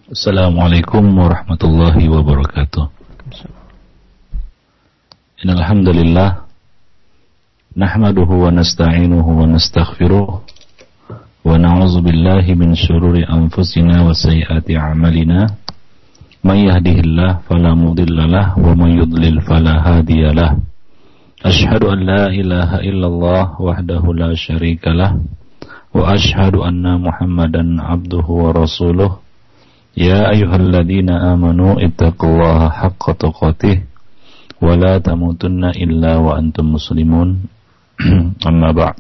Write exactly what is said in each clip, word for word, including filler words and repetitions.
Assalamualaikum warahmatullahi wabarakatuh. Innal hamdalillah nahmaduhu wa nasta'inuhu wa nastaghfiruh wa na'udzu billahi min shururi anfusina wa sayyiati a'malina. May yahdihillahu fala mudhillalah wa may yudlil fala hadiyalah. Asyhadu an la ilaha illallah wahdahu la syarikalah wa asyhadu anna Muhammadan abduhu wa rasuluh. Ya ayyuhalladzina amanu ittaqullaha haqqa tuqatih wa la tamutunna illa wa antum muslimun. Amma ba'd.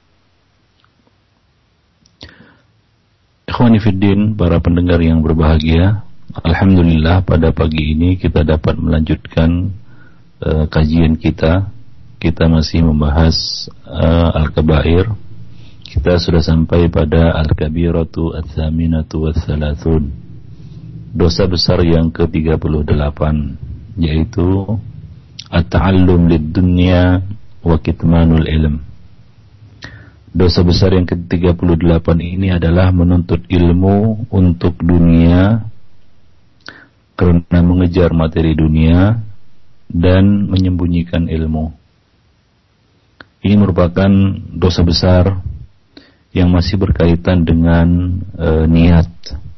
Ikhwani fiddin, para pendengar yang berbahagia, alhamdulillah pada pagi ini kita dapat melanjutkan uh, kajian kita. Kita masih membahas uh, Al-Kabair. Kita sudah sampai pada Al-Kabiratu Ats-Tsaminatu Watsalasun, dosa besar yang ke tiga puluh delapan, yaitu at-ta'allum lid-dunya wa kitmanul ilm. Dosa besar yang ke tiga puluh delapan ini adalah menuntut ilmu untuk dunia karena mengejar materi dunia dan menyembunyikan ilmu. Ini merupakan dosa besar yang masih berkaitan dengan e, niat.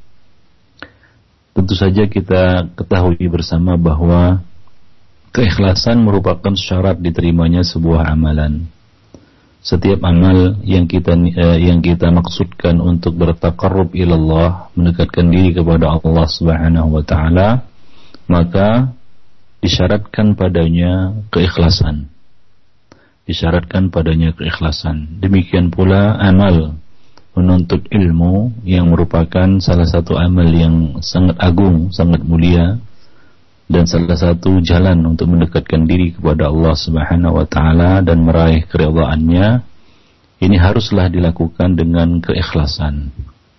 Tentu saja kita ketahui bersama bahwa keikhlasan merupakan syarat diterimanya sebuah amalan. Setiap amal yang kita eh, yang kita maksudkan untuk bertaqarrub ilallah, mendekatkan diri kepada Allah Subhanahu wa taala, maka disyaratkan padanya keikhlasan. Disyaratkan padanya keikhlasan. Demikian pula amal menuntut ilmu yang merupakan salah satu amal yang sangat agung, sangat mulia, dan salah satu jalan untuk mendekatkan diri kepada Allah Subhanahu wa taala dan meraih keridhaannya. Ini haruslah dilakukan dengan keikhlasan.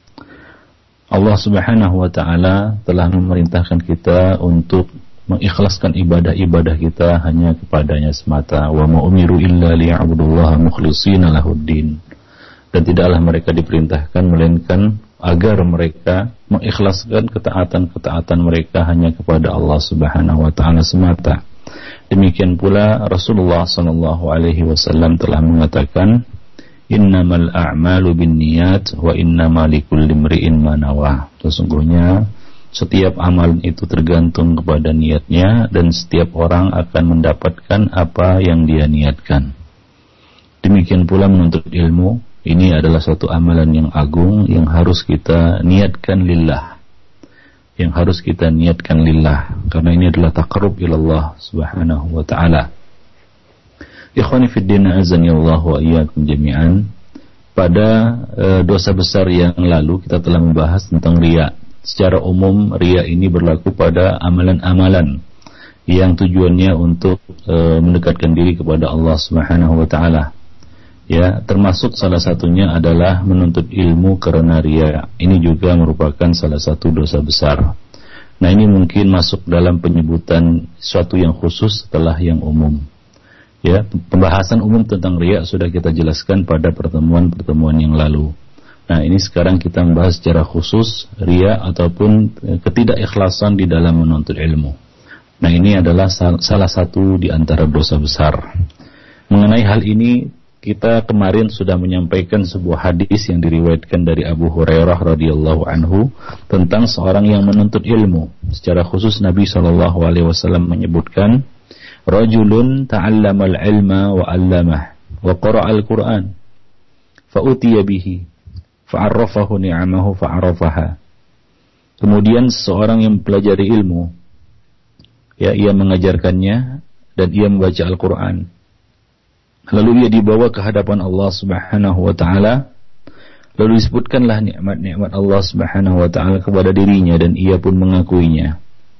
Allah Subhanahu wa taala telah memerintahkan kita untuk mengikhlaskan ibadah-ibadah kita hanya kepadanya semata. Wa ma umiru illa liya'budullaha mukhlishina lahuddin. Dan tidaklah mereka diperintahkan melainkan agar mereka mengikhlaskan ketaatan-ketaatan mereka hanya kepada Allah Subhanahu wa taala semata. Demikian pula Rasulullah sallallahu alaihi wasallam telah mengatakan, innamal a'malu binniyat wa innamal likulli imri'in ma nawah. Sesungguhnya setiap amal itu tergantung kepada niatnya dan setiap orang akan mendapatkan apa yang dia niatkan. Demikian pula menuntut ilmu. Ini adalah suatu amalan yang agung yang harus kita niatkan lillah. Yang harus kita niatkan lillah. Karena ini adalah taqarrub ilallah Subhanahu wa ta'ala. Ikhwani fiddin azani Allah wa iyyakum jami'an. Pada e, dosa besar yang lalu kita telah membahas tentang riya. Secara umum riya ini berlaku pada amalan-amalan yang tujuannya untuk e, mendekatkan diri kepada Allah Subhanahu wa ta'ala. Ya, termasuk salah satunya adalah menuntut ilmu karena riya. Ini juga merupakan salah satu dosa besar. Nah, ini mungkin masuk dalam penyebutan sesuatu yang khusus setelah yang umum. Ya, pembahasan umum tentang riya sudah kita jelaskan pada pertemuan-pertemuan yang lalu. Nah, ini sekarang kita membahas secara khusus riya ataupun ketidakikhlasan di dalam menuntut ilmu. Nah, ini adalah salah satu di antara dosa besar. Mengenai hal ini kita kemarin sudah menyampaikan sebuah hadis yang diriwayatkan dari Abu Hurairah radhiyallahu anhu tentang seorang yang menuntut ilmu. Secara khusus Nabi shallallahu alaihi wasallam menyebutkan, rajulun ta'allamal ilma wa 'allamah wa qara'al Qur'an fa utiya bihi fa 'arrafahu ni'amahu fa 'arafaha. Kemudian seorang yang mempelajari ilmu, ya, ia mengajarkannya dan ia membaca Al-Qur'an. Lalu ia dibawa ke hadapan Allah Subhanahu wa taala. Lalu disebutkanlah nikmat-nikmat Allah Subhanahu wa taala kepada dirinya dan ia pun mengakuinya.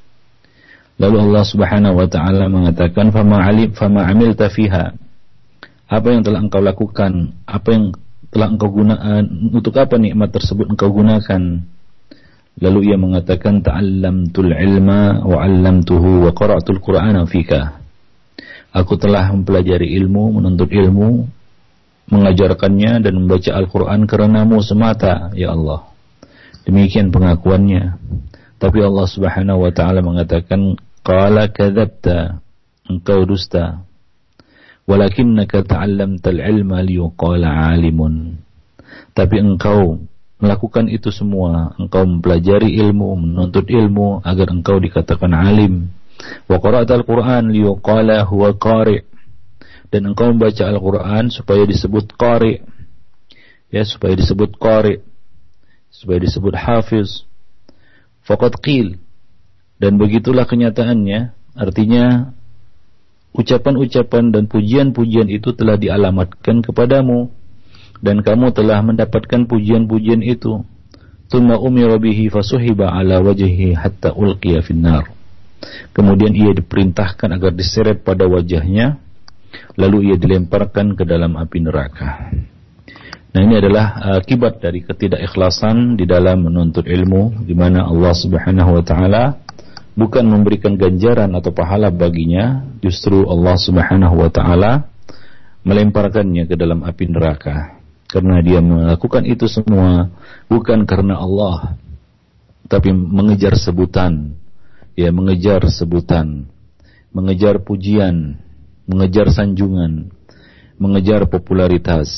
Lalu Allah Subhanahu wa taala mengatakan, "Fama 'alim fama 'amilta fiha." Apa yang telah engkau lakukan? Apa yang telah engkau gunakan? Untuk apa nikmat tersebut engkau gunakan? Lalu ia mengatakan, "Ta'allamtul ilma wa 'allamtuhu wa qara'tul Qur'ana fika." Aku telah mempelajari ilmu, menuntut ilmu, mengajarkannya dan membaca Al-Quran karenamu semata, ya Allah. Demikian pengakuannya. Tapi Allah Subhanahu wa taala mengatakan, qala kadzabta, engkau dusta. Walakinnaka ta'allamtal ilma liyuqala 'alimun. Tapi engkau melakukan itu semua, engkau mempelajari ilmu, menuntut ilmu agar engkau dikatakan alim. Wa qara'tal Qur'an liyuqala huwa qari'. Dan engkau membaca Al-Qur'an supaya disebut qari'. Ya, supaya disebut qari', supaya disebut hafiz. Faqad qil. Dan begitulah kenyataannya, artinya ucapan-ucapan dan pujian-pujian itu telah dialamatkan kepadamu dan kamu telah mendapatkan pujian-pujian itu. Tsumma umira bihi fasuhiba ala wajhihi hatta ulqiya finnar. Kemudian ia diperintahkan agar diseret pada wajahnya, lalu ia dilemparkan ke dalam api neraka. Nah, ini adalah akibat dari ketidakikhlasan di dalam menuntut ilmu, di mana Allah Subhanahu wa taala bukan memberikan ganjaran atau pahala baginya, justru Allah Subhanahu wa taala melemparkannya ke dalam api neraka. Karena dia melakukan itu semua bukan karena Allah, tapi mengejar sebutan, ya mengejar sebutan, mengejar pujian, mengejar sanjungan, mengejar popularitas.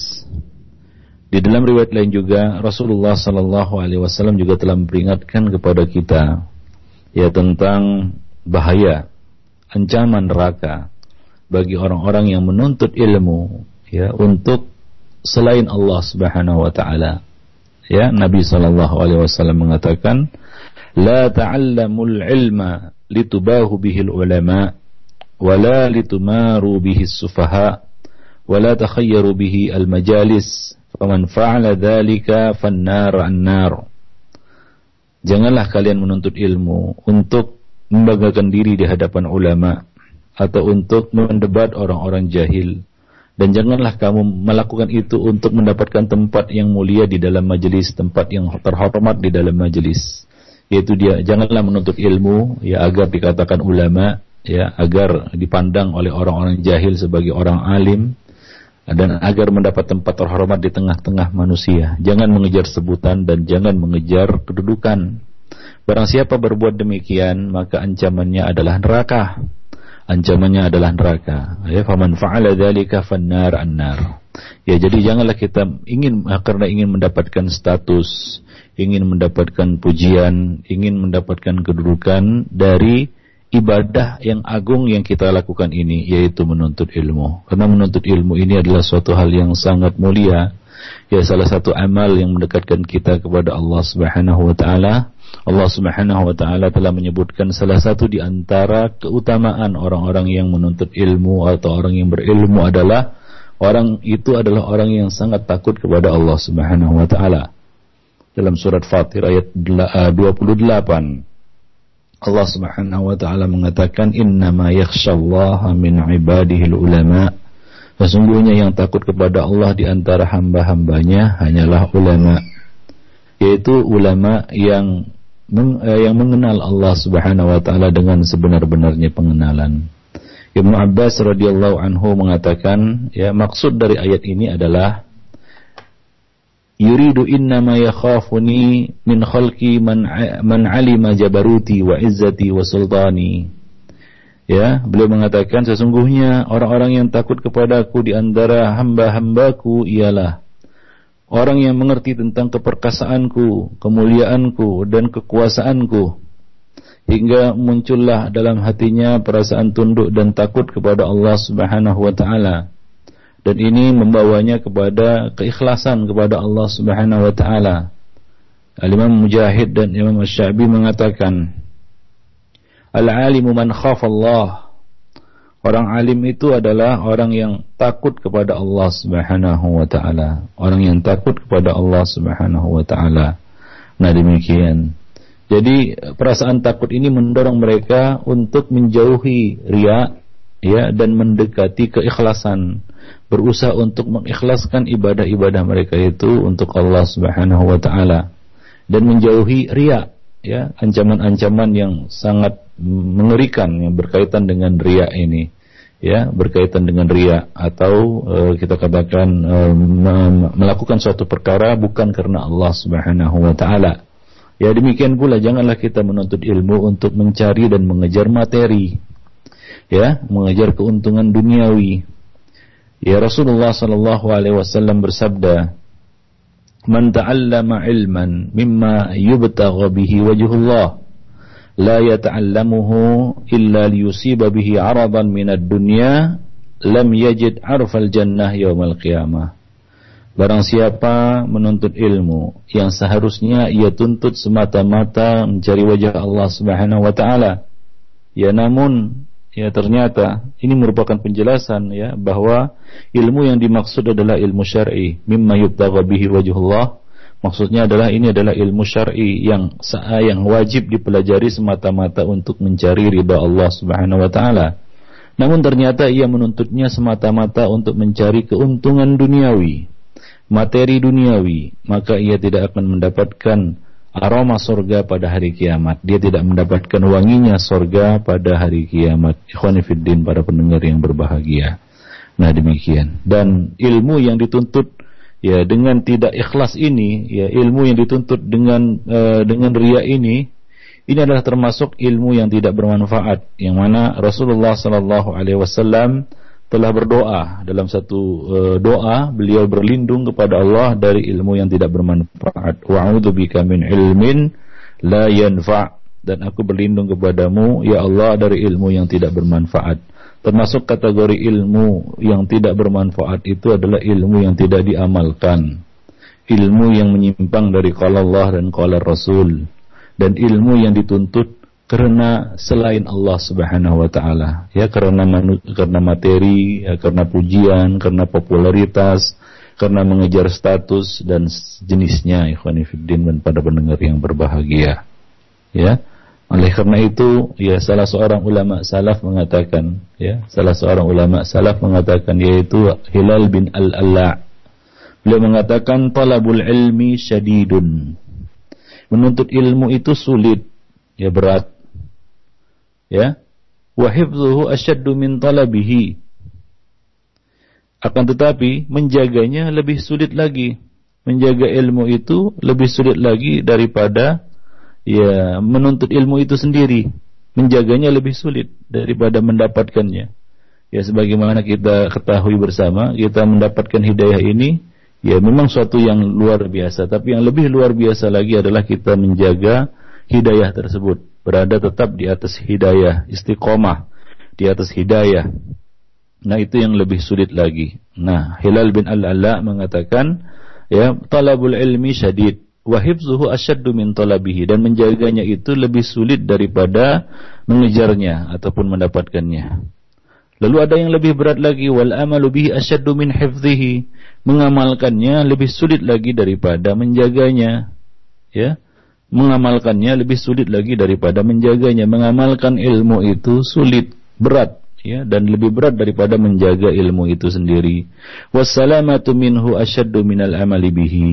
Di dalam riwayat lain juga Rasulullah sallallahu alaihi wasallam juga telah memperingatkan kepada kita ya tentang bahaya ancaman neraka bagi orang-orang yang menuntut ilmu ya untuk selain Allah Subhanahu wa taala. Ya, Nabi sallallahu alaihi wasallam mengatakan, "La ta'allamul ilma litubahu bihil ulama wa la litumaru bihis sufaha wa la takhayyaru bihi al majalis." Faman fa'ala dzalika fannar an-nar. Janganlah kalian menuntut ilmu untuk membanggakan diri di hadapan ulama atau untuk mendebat orang-orang jahil, dan janganlah kamu melakukan itu untuk mendapatkan tempat yang mulia di dalam majelis, tempat yang terhormat di dalam majelis. Yaitu dia janganlah menuntut ilmu ya agar dikatakan ulama, ya agar dipandang oleh orang-orang jahil sebagai orang alim, dan agar mendapat tempat terhormat di tengah-tengah manusia. Jangan mengejar sebutan dan jangan mengejar kedudukan. Barang siapa berbuat demikian, maka ancamannya adalah neraka. Ancamannya adalah neraka. Ya, faman fa'ala dzalika fannar an-nar. Ya, jadi janganlah kita ingin karena ingin mendapatkan status, ingin mendapatkan pujian, ingin mendapatkan kedudukan dari ibadah yang agung yang kita lakukan ini, yaitu menuntut ilmu. Karena menuntut ilmu ini adalah suatu hal yang sangat mulia, ya salah satu amal yang mendekatkan kita kepada Allah Subhanahu wa taala. Allah Subhanahu wa taala telah menyebutkan salah satu di antara keutamaan orang-orang yang menuntut ilmu atau orang yang berilmu adalah orang itu adalah orang yang sangat takut kepada Allah Subhanahu wa taala. Dalam surat Fatir ayat dua puluh delapan, Allah Subhanahu wa taala mengatakan, innama yakhshallaha min ibadihil ulama. Sesungguhnya yang takut kepada Allah di antara hamba-hambanya hanyalah ulama, yaitu ulama yang meng, eh, yang mengenal Allah Subhanahu wa taala dengan sebenar-benarnya pengenalan. Ibnu Abbas radhiyallahu anhu mengatakan, ya maksud dari ayat ini adalah yuridu innama yakhafuni min khalqi man man alima jabaruti wa izzati wa sultani. Ya, beliau mengatakan sesungguhnya orang-orang yang takut kepadaku di antara hamba-hambaku ialah orang yang mengerti tentang keperkasaanku, kemuliaanku dan kekuasaanku, hingga muncullah dalam hatinya perasaan tunduk dan takut kepada Allah Subhanahu wa taala. Dan ini membawanya kepada keikhlasan kepada Allah Subhanahu wa taala. Al-Imam Mujahid dan Imam Asy-Sya'bi mengatakan, al-alimu man khafa Allah. Orang alim itu adalah orang yang takut kepada Allah Subhanahu wa taala. Orang yang takut kepada Allah Subhanahu wa taala. Nah, demikian. Jadi perasaan takut ini mendorong mereka untuk menjauhi riya, ya, dan mendekati keikhlasan, berusaha untuk mengikhlaskan ibadah-ibadah mereka itu untuk Allah Subhanahu wa taala dan menjauhi riya, ya, ancaman-ancaman yang sangat mengerikan yang berkaitan dengan riya ini, ya, berkaitan dengan riya atau uh, kita katakan uh, melakukan suatu perkara bukan karena Allah Subhanahu wa taala, Ya demikian pula janganlah kita menuntut ilmu untuk mencari dan mengejar materi, ya, mengejar keuntungan duniawi. Ya Rasulullah sallallahu alaihi wasallam bersabda, "Man ta'allama ilman mimma yubtagha bihi wajhullah, la yata'allamuhu illa liyusiba bihi 'aradan minad dunya, lam yajid 'arfal jannah yaumal qiyamah." Barang siapa menuntut ilmu yang seharusnya ia tuntut semata-mata mencari wajah Allah Subhanahu wa taala, ya namun ya ternyata ini merupakan penjelasan ya bahwa ilmu yang dimaksud adalah ilmu syar'i, mimma yubtagha bihi wajhullah. Maksudnya adalah ini adalah ilmu syar'i yang yang wajib dipelajari semata-mata untuk mencari ridha Allah Subhanahu wa taala. Namun ternyata ia menuntutnya semata-mata untuk mencari keuntungan duniawi, materi duniawi, maka ia tidak akan mendapatkan aroma sorga pada hari kiamat. Dia tidak mendapatkan wanginya sorga pada hari kiamat. Ikhwani fiddin, para pendengar yang berbahagia. Nah demikian. Dan ilmu yang dituntut ya dengan tidak ikhlas ini, ya ilmu yang dituntut dengan uh, dengan riya ini, ini adalah termasuk ilmu yang tidak bermanfaat. Yang mana Rasulullah sallallahu alaihi wasallam telah berdoa dalam satu uh, doa, beliau berlindung kepada Allah dari ilmu yang tidak bermanfaat. Wa'udzubika min ilmin la yanfa', dan aku berlindung kepadamu ya Allah dari ilmu yang tidak bermanfaat. Termasuk kategori ilmu yang tidak bermanfaat itu adalah ilmu yang tidak diamalkan, ilmu yang menyimpang dari qala Allah dan qala Rasul, dan ilmu yang dituntut karena selain Allah Subhanahu wa taala, ya karena manu, karena materi, ya, karena pujian, karena popularitas, karena mengejar status dan jenisnya. Ikhwani fiddin dan pada pendengar yang berbahagia. Ya. Oleh karena itu, ya salah seorang ulama salaf mengatakan, ya, salah seorang ulama salaf mengatakan yaitu Hilal bin Al-Alla'. Beliau mengatakan talabul ilmi syadidun. Menuntut ilmu itu sulit, ya berat. Ya, wa hifdzuhu asyaddu min talabihi. Akan tetapi menjaganya lebih sulit lagi. Menjaga ilmu itu lebih sulit lagi daripada ya menuntut ilmu itu sendiri. Menjaganya lebih sulit daripada mendapatkannya. Ya sebagaimana kita ketahui bersama, kita mendapatkan hidayah ini ya memang suatu yang luar biasa, tapi yang lebih luar biasa lagi adalah kita menjaga hidayah tersebut, berada tetap di atas hidayah, istiqomah di atas hidayah. Nah itu yang lebih sulit lagi. Nah Hilal bin Al-Alla mengatakan ya talabul ilmi syadid wa hifzuhu asyaddu min talabihi, dan menjaganya itu lebih sulit daripada mengejarnya ataupun mendapatkannya. Lalu ada yang lebih berat lagi, wal amalu bihi asyaddu min hifzihi, mengamalkannya lebih sulit lagi daripada menjaganya. Ya, mengamalkannya lebih sulit lagi daripada menjaganya. Mengamalkan ilmu itu sulit, berat, ya, dan lebih berat daripada menjaga ilmu itu sendiri. Wassalamatu minhu asyaddu minal amali bihi,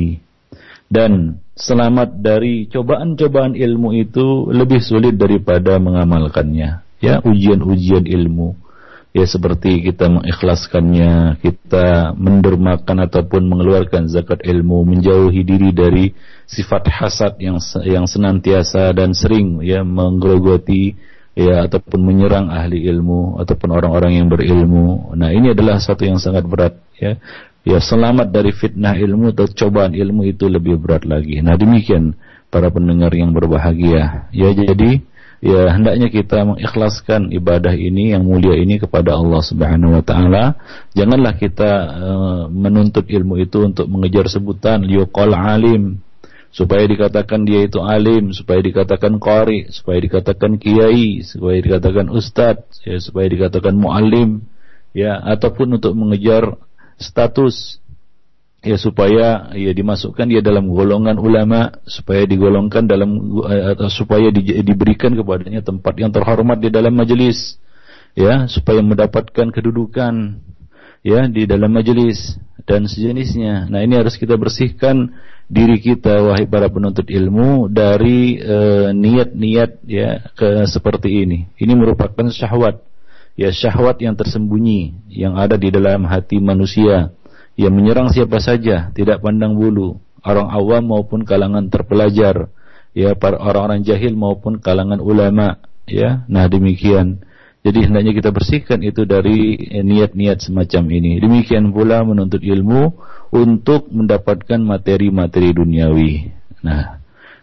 dan selamat dari cobaan-cobaan ilmu itu lebih sulit daripada mengamalkannya. Ya, ujian-ujian ilmu, ya seperti kita mengikhlaskannya, kita mendermakan ataupun mengeluarkan zakat ilmu, menjauhi diri dari sifat hasad yang yang senantiasa dan sering ya menggerogoti ya ataupun menyerang ahli ilmu ataupun orang-orang yang berilmu. Nah, ini adalah satu yang sangat berat ya. Ya, selamat dari fitnah ilmu atau cobaan ilmu itu lebih berat lagi. Nah, demikian para pendengar yang berbahagia. Ya, jadi ya hendaknya kita mengikhlaskan ibadah ini yang mulia ini kepada Allah Subhanahu wa taala. Janganlah kita uh, menuntut ilmu itu untuk mengejar sebutan liqal alim, supaya dikatakan dia itu alim, supaya dikatakan qari, supaya dikatakan kiai, supaya dikatakan ustadz, ya, supaya dikatakan muallim, ya, ataupun untuk mengejar status, ya, supaya ya dimasukkan dia dalam golongan ulama, supaya digolongkan dalam atau supaya di, diberikan kepadanya tempat yang terhormat di dalam majelis, ya, supaya mendapatkan kedudukan ya di dalam majelis dan sejenisnya. Nah, ini harus kita bersihkan diri kita wahai para penuntut ilmu dari uh, niat-niat ya ke seperti ini. Ini merupakan syahwat, ya, syahwat yang tersembunyi yang ada di dalam hati manusia, yang menyerang siapa saja, tidak pandang bulu, orang awam maupun kalangan terpelajar, ya para orang-orang jahil maupun kalangan ulama, ya. Nah, demikian. Jadi hendaknya kita bersihkan itu dari eh, niat-niat semacam ini. Demikian pula menuntut ilmu untuk mendapatkan materi-materi duniawi. Nah,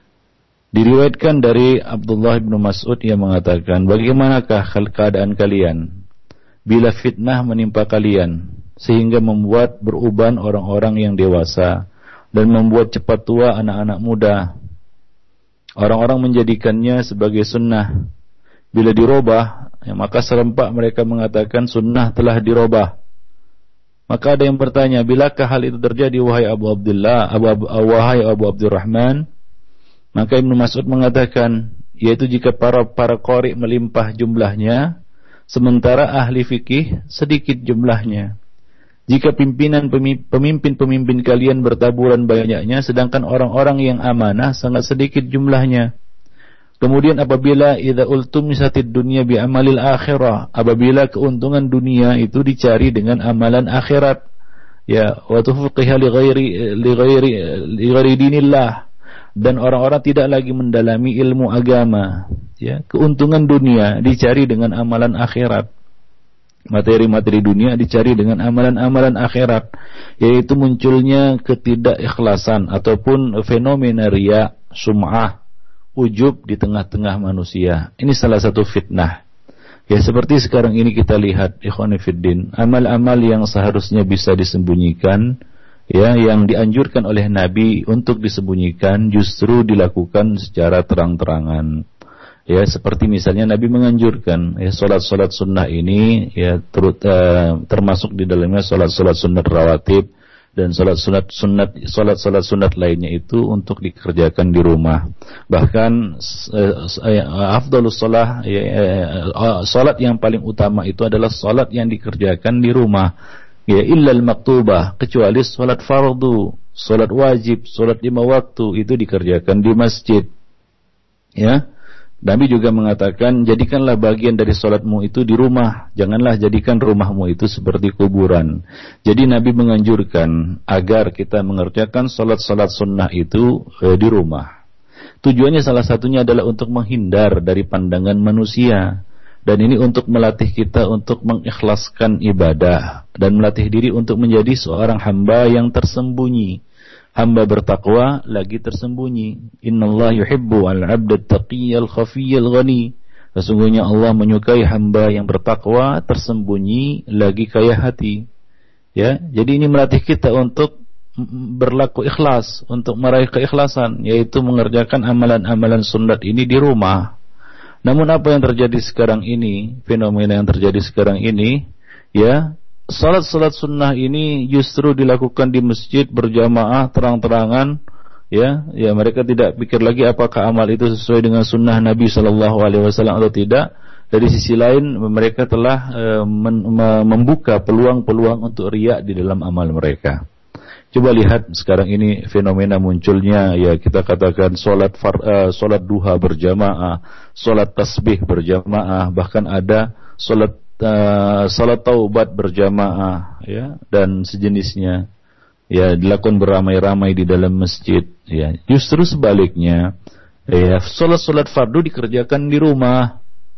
diriwayatkan dari Abdullah bin Mas'ud yang mengatakan, bagaimanakah keadaan kalian bila fitnah menimpa kalian sehingga membuat beruban orang-orang yang dewasa dan membuat cepat tua anak-anak muda. Orang-orang menjadikannya sebagai sunnah. Bila dirubah, ya, maka serempak mereka mengatakan sunnah telah dirubah. Maka ada yang bertanya, bilakah hal itu terjadi wahai Abu Abdullah, Abu, Abu, wahai Abu Abdurrahman? Maka Ibnu Mas'ud mengatakan, yaitu jika para para qari melimpah jumlahnya, sementara ahli fikih sedikit jumlahnya. Jika pimpinan pemimpin-pemimpin kalian bertaburan banyaknya, sedangkan orang-orang yang amanah sangat sedikit jumlahnya. Kemudian apabila idza ultumisatid dunya bi amalil akhirah, apabila keuntungan dunia itu dicari dengan amalan akhirat, ya, wa tufqiha li ghairi li ghairi li ghairi dinillah, dan orang-orang tidak lagi mendalami ilmu agama, ya, keuntungan dunia dicari dengan amalan akhirat. Materi-materi dunia dicari dengan amalan-amalan akhirat, yaitu munculnya ketidakikhlasan ataupun fenomena riya, sum'ah, ujub di tengah-tengah manusia. Ini salah satu fitnah. Ya, seperti sekarang ini kita lihat, ikhwani fiddin, amal-amal yang seharusnya bisa disembunyikan, ya, yang dianjurkan oleh Nabi untuk disembunyikan justru dilakukan secara terang-terangan. Ya, seperti misalnya Nabi menganjurkan, ya, solat-solat sunnah ini, ya, terut, uh, termasuk di dalamnya solat-solat sunnat rawatib dan solat-solat sunnat, solat-solat sunnat lainnya itu untuk dikerjakan di rumah. Bahkan uh, uh, afdalus solah, ya, uh, solat yang paling utama itu adalah solat yang dikerjakan di rumah. Ya, illal maktubah, kecuali solat fardu, solat wajib, solat lima waktu itu dikerjakan di masjid. Ya. Nabi juga mengatakan, jadikanlah bagian dari solatmu itu di rumah, janganlah jadikan rumahmu itu seperti kuburan. Jadi Nabi menganjurkan agar kita mengerjakan solat-solat sunnah itu eh, di rumah. Tujuannya salah satunya adalah untuk menghindar dari pandangan manusia, dan ini untuk melatih kita untuk mengikhlaskan ibadah dan melatih diri untuk menjadi seorang hamba yang tersembunyi. Hamba bertakwa lagi tersembunyi. Innallaha yuhibbu al-'abda at-taqiyyal khafiyyal ghani. Sesungguhnya Allah menyukai hamba yang bertakwa tersembunyi lagi kaya hati. Ya, jadi ini melatih kita untuk berlaku ikhlas, untuk meraih keikhlasan, yaitu mengerjakan amalan-amalan sunat ini di rumah. Namun apa yang terjadi sekarang ini, fenomena yang terjadi sekarang ini, ya, salat-salat sunnah ini justru dilakukan di masjid berjamaah terang-terangan, ya, ya mereka tidak pikir lagi apakah amal itu sesuai dengan sunnah Nabi Shallallahu Alaihi Wasallam atau tidak. Dari sisi lain mereka telah e, men, me, membuka peluang-peluang untuk riya di dalam amal mereka. Coba lihat sekarang ini fenomena munculnya, ya, kita katakan solat far, uh, solat duha berjamaah, solat tasbih berjamaah, bahkan ada solat Uh, salat taubat berjamaah, ya, dan sejenisnya, ya, dilakukan beramai-ramai di dalam masjid. Ya, justru sebaliknya, ya, salat-salat fardu dikerjakan di rumah.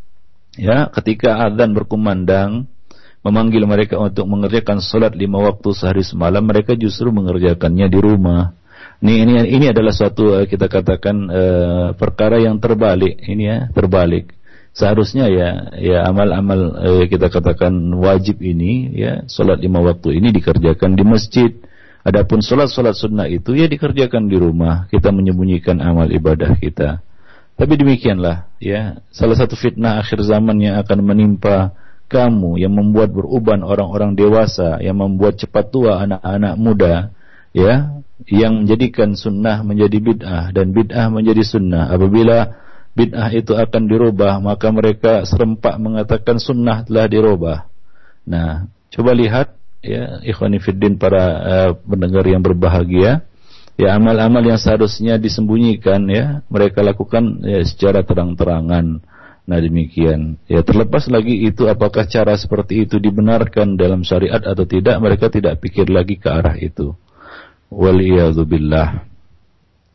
Ya, ketika azan berkumandang memanggil mereka untuk mengerjakan salat lima waktu sehari semalam, mereka justru mengerjakannya di rumah. Ini ini ini adalah suatu, kita katakan, uh, perkara yang terbalik. Ini, ya, terbalik. Seharusnya, ya, ya amal-amal eh, kita katakan wajib ini, ya, solat lima waktu ini dikerjakan di masjid. Adapun solat-solat sunnah itu, ya, dikerjakan di rumah. Kita menyembunyikan amal ibadah kita. Tapi demikianlah, ya, salah satu fitnah akhir zaman yang akan menimpa kamu, yang membuat beruban orang-orang dewasa, yang membuat cepat tua anak-anak muda, ya, yang menjadikan sunnah menjadi bid'ah dan bid'ah menjadi sunnah. Apabila bid'ah itu akan dirubah, maka mereka serempak mengatakan sunnah telah dirubah. Nah, coba lihat, ya, ikhwani fiddin, para uh, pendengar yang berbahagia, ya, amal-amal yang seharusnya disembunyikan, ya, mereka lakukan, ya, secara terang-terangan. Nah, demikian. Ya, terlepas lagi itu apakah cara seperti itu dibenarkan dalam syariat atau tidak, mereka tidak pikir lagi ke arah itu. Waliyadzubillah.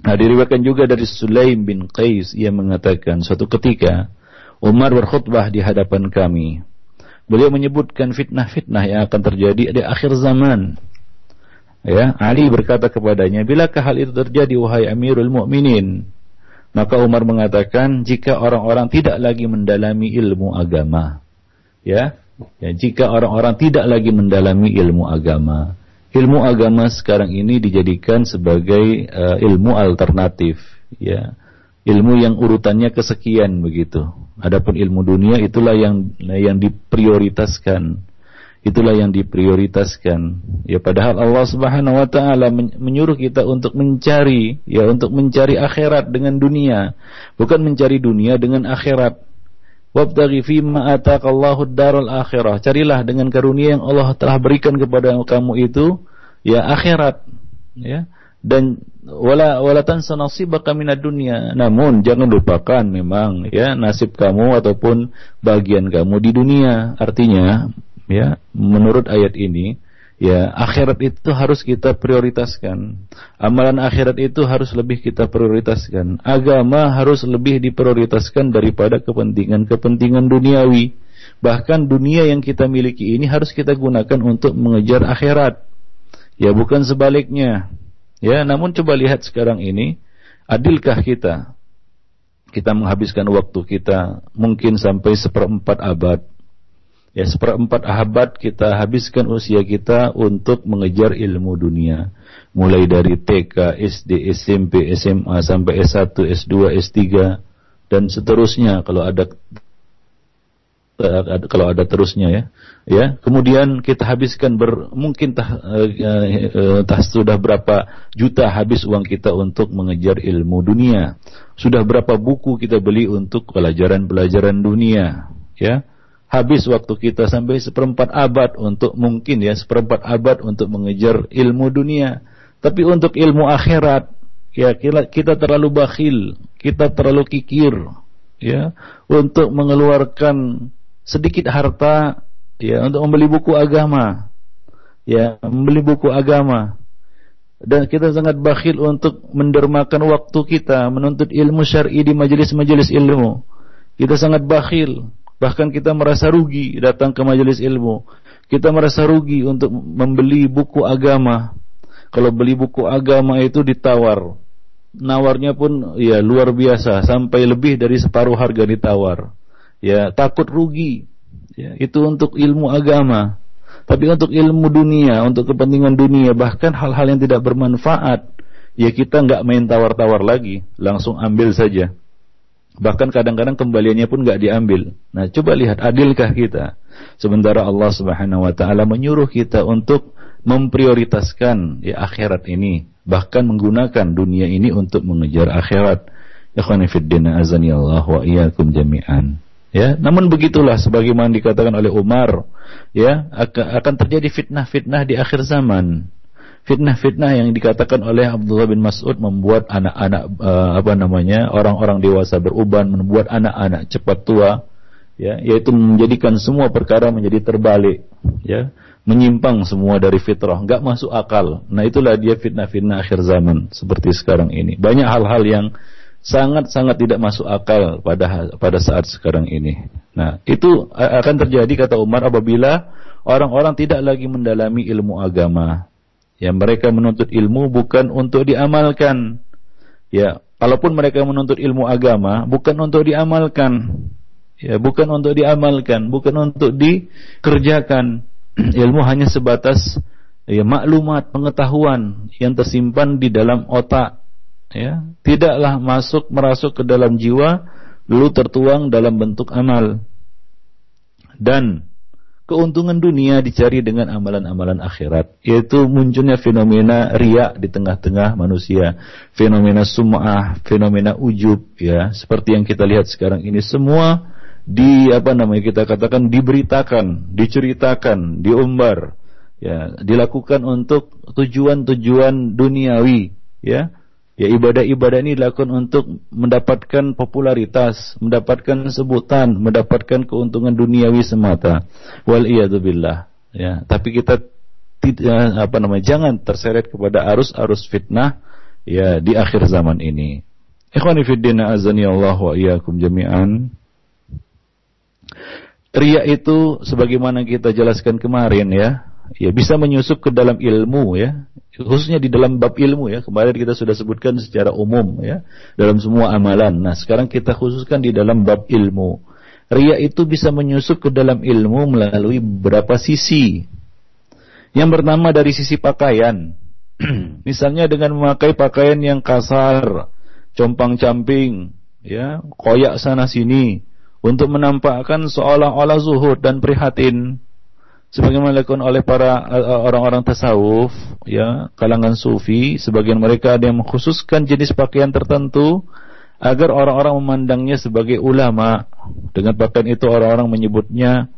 Nah, diriwayatkan juga dari Sulaim bin Qais, ia mengatakan suatu ketika Umar berkhutbah di hadapan kami. Beliau menyebutkan fitnah-fitnah yang akan terjadi di akhir zaman. Ya, Ali berkata kepadanya, "Bilakah hal itu terjadi wahai Amirul Mukminin?" Maka Umar mengatakan, "Jika orang-orang tidak lagi mendalami ilmu agama." Ya, ya jika orang-orang tidak lagi mendalami ilmu agama. Ilmu agama sekarang ini dijadikan sebagai uh, ilmu alternatif, ya. Ilmu yang urutannya kesekian begitu. Adapun ilmu dunia itulah yang yang diprioritaskan. Itulah yang diprioritaskan. Ya, padahal Allah Subhanahu wa taala menyuruh kita untuk mencari, ya, untuk mencari akhirat dengan dunia, bukan mencari dunia dengan akhirat. Wabtaghi fima ataqallahu ad-daral akhirah. Carilah dengan karunia yang Allah telah berikan kepada kamu itu, ya, akhirat, ya. Dan wala wala tansa nasibaka minad dunya. Namun jangan lupakan memang, ya, nasib kamu ataupun bagian kamu di dunia. Artinya, ya, menurut ayat ini, ya, akhirat itu harus kita prioritaskan. Amalan akhirat itu harus lebih kita prioritaskan. Agama harus lebih diprioritaskan daripada kepentingan-kepentingan duniawi. Bahkan dunia yang kita miliki ini harus kita gunakan untuk mengejar akhirat. Ya, bukan sebaliknya. Ya, namun coba lihat sekarang ini, adilkah kita? Kita menghabiskan waktu kita mungkin sampai seperempat abad. Ya, seperempat abad kita habiskan usia kita untuk mengejar ilmu dunia. Mulai dari T K, S D, S M P, S M A, sampai S satu, S dua, S tiga, dan seterusnya kalau ada kalau ada terusnya, ya. Ya, kemudian kita habiskan ber, mungkin tah, eh, tah sudah berapa juta habis uang kita untuk mengejar ilmu dunia. Sudah berapa buku kita beli untuk pelajaran-pelajaran dunia, ya. Habis waktu kita sampai seperempat abad untuk mungkin ya seperempat abad untuk mengejar ilmu dunia. Tapi untuk ilmu akhirat, ya, kita, kita terlalu bakhil, kita terlalu kikir, ya, untuk mengeluarkan sedikit harta, ya, untuk membeli buku agama, ya, membeli buku agama. Dan kita sangat bakhil untuk mendermakan waktu kita menuntut ilmu syar'i di majelis-majelis ilmu. Kita sangat bakhil. Bahkan kita merasa rugi datang ke majelis ilmu. Kita merasa rugi untuk membeli buku agama. Kalau beli buku agama itu ditawar. Nawarnya pun, ya, luar biasa, sampai lebih dari separuh harga ditawar. Ya, takut rugi. Ya, itu untuk ilmu agama. Tapi untuk ilmu dunia, untuk kepentingan dunia, bahkan hal-hal yang tidak bermanfaat, ya, kita nggak main tawar-tawar lagi, langsung ambil saja. Bahkan kadang-kadang kembaliannya pun gak diambil. Nah, coba lihat, adilkah kita? Sementara Allah Subhanahu wa taala menyuruh kita untuk memprioritaskan, ya, akhirat ini, bahkan menggunakan dunia ini untuk mengejar akhirat. Ikhwani fid din, azani Allah wa iyyakum jami'an. Ya, namun begitulah sebagaimana dikatakan oleh Umar, ya, akan terjadi fitnah-fitnah di akhir zaman. Fitnah-fitnah yang dikatakan oleh Abdullah bin Mas'ud membuat anak-anak uh, apa namanya orang-orang dewasa beruban, membuat anak-anak cepat tua, ya, yaitu menjadikan semua perkara menjadi terbalik, ya, menyimpang semua dari fitrah, enggak masuk akal. Nah, itulah dia fitnah-fitnah akhir zaman seperti sekarang ini. Banyak hal-hal yang sangat-sangat tidak masuk akal pada pada saat sekarang ini. Nah, itu akan terjadi, kata Umar, apabila orang-orang tidak lagi mendalami ilmu agama. Ya, mereka menuntut ilmu bukan untuk diamalkan. Ya, kalaupun mereka menuntut ilmu agama bukan untuk diamalkan. Ya, bukan untuk diamalkan, bukan untuk dikerjakan. Ilmu hanya sebatas, ya, maklumat, pengetahuan yang tersimpan di dalam otak. Ya, tidaklah masuk merasuk ke dalam jiwa, lalu tertuang dalam bentuk amal. Dan keuntungan dunia dicari dengan amalan-amalan akhirat, yaitu munculnya fenomena riya di tengah-tengah manusia, fenomena sum'ah, fenomena ujub, ya, seperti yang kita lihat sekarang ini, semua di apa namanya kita katakan diberitakan, diceritakan, diumbar, ya, dilakukan untuk tujuan-tujuan duniawi, ya. Ya, ibadah-ibadah ini dilakukan untuk mendapatkan popularitas, mendapatkan sebutan, mendapatkan keuntungan duniawi semata. Wal iyadu billah. Ya, tapi kita tidak apa namanya jangan terseret kepada arus-arus fitnah, ya di akhir zaman ini. Ikhwani fiddin azani Allah wa iyyakum jami'an. Riya itu sebagaimana kita jelaskan kemarin ya, ya bisa menyusup ke dalam ilmu ya, khususnya di dalam bab ilmu ya. Kemarin kita sudah sebutkan secara umum ya, dalam semua amalan. Nah, sekarang kita khususkan di dalam bab ilmu. Riya itu bisa menyusup ke dalam ilmu melalui beberapa sisi. Yang pertama dari sisi pakaian. Misalnya dengan memakai pakaian yang kasar, compang-camping, ya, koyak sana sini, untuk menampakkan seolah-olah zuhud dan prihatin, sebagaimana dilakukan oleh para orang-orang tasawuf, ya, kalangan sufi. Sebagian mereka ada yang mengkhususkan jenis pakaian tertentu agar orang-orang memandangnya sebagai ulama. Dengan pakaian itu orang-orang menyebutnya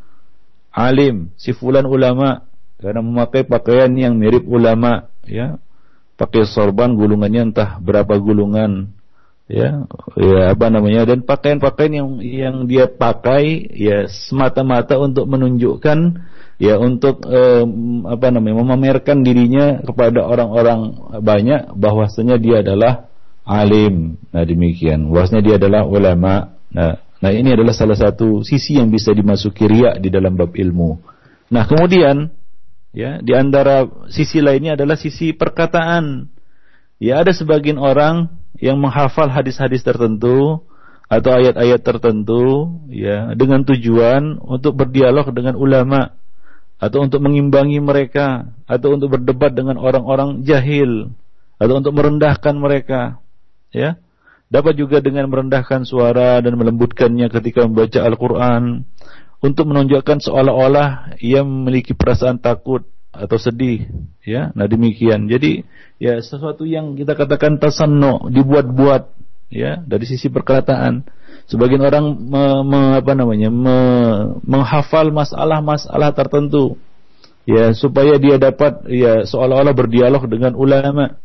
alim, si fulan ulama, karena memakai pakaian yang mirip ulama, ya, pakai sorban gulungannya entah berapa gulungan, ya, ya apa namanya, dan pakaian-pakaian yang yang dia pakai ya semata-mata untuk menunjukkan, ya, untuk eh, apa namanya, memamerkan dirinya kepada orang-orang banyak bahwasanya dia adalah alim. Nah, demikian, bahwasanya dia adalah ulama. Nah, nah ini adalah salah satu sisi yang bisa dimasuki riya di dalam bab ilmu. Nah, kemudian ya, di antara sisi lainnya adalah sisi perkataan. Ya, ada sebagian orang yang menghafal hadis-hadis tertentu atau ayat-ayat tertentu, ya, dengan tujuan untuk berdialog dengan ulama, atau untuk mengimbangi mereka, atau untuk berdebat dengan orang-orang jahil, atau untuk merendahkan mereka, ya. Dapat juga dengan merendahkan suara dan melembutkannya ketika membaca Al-Quran, untuk menunjukkan seolah-olah ia memiliki perasaan takut atau sedih, ya. Nah, demikian. Jadi, ya, sesuatu yang kita katakan tasannu, dibuat-buat, ya, dari sisi perkataan. Sebagian orang me, me, apa namanya, me, menghafal masalah-masalah tertentu, ya, supaya dia dapat, ya, seolah-olah berdialog dengan ulama.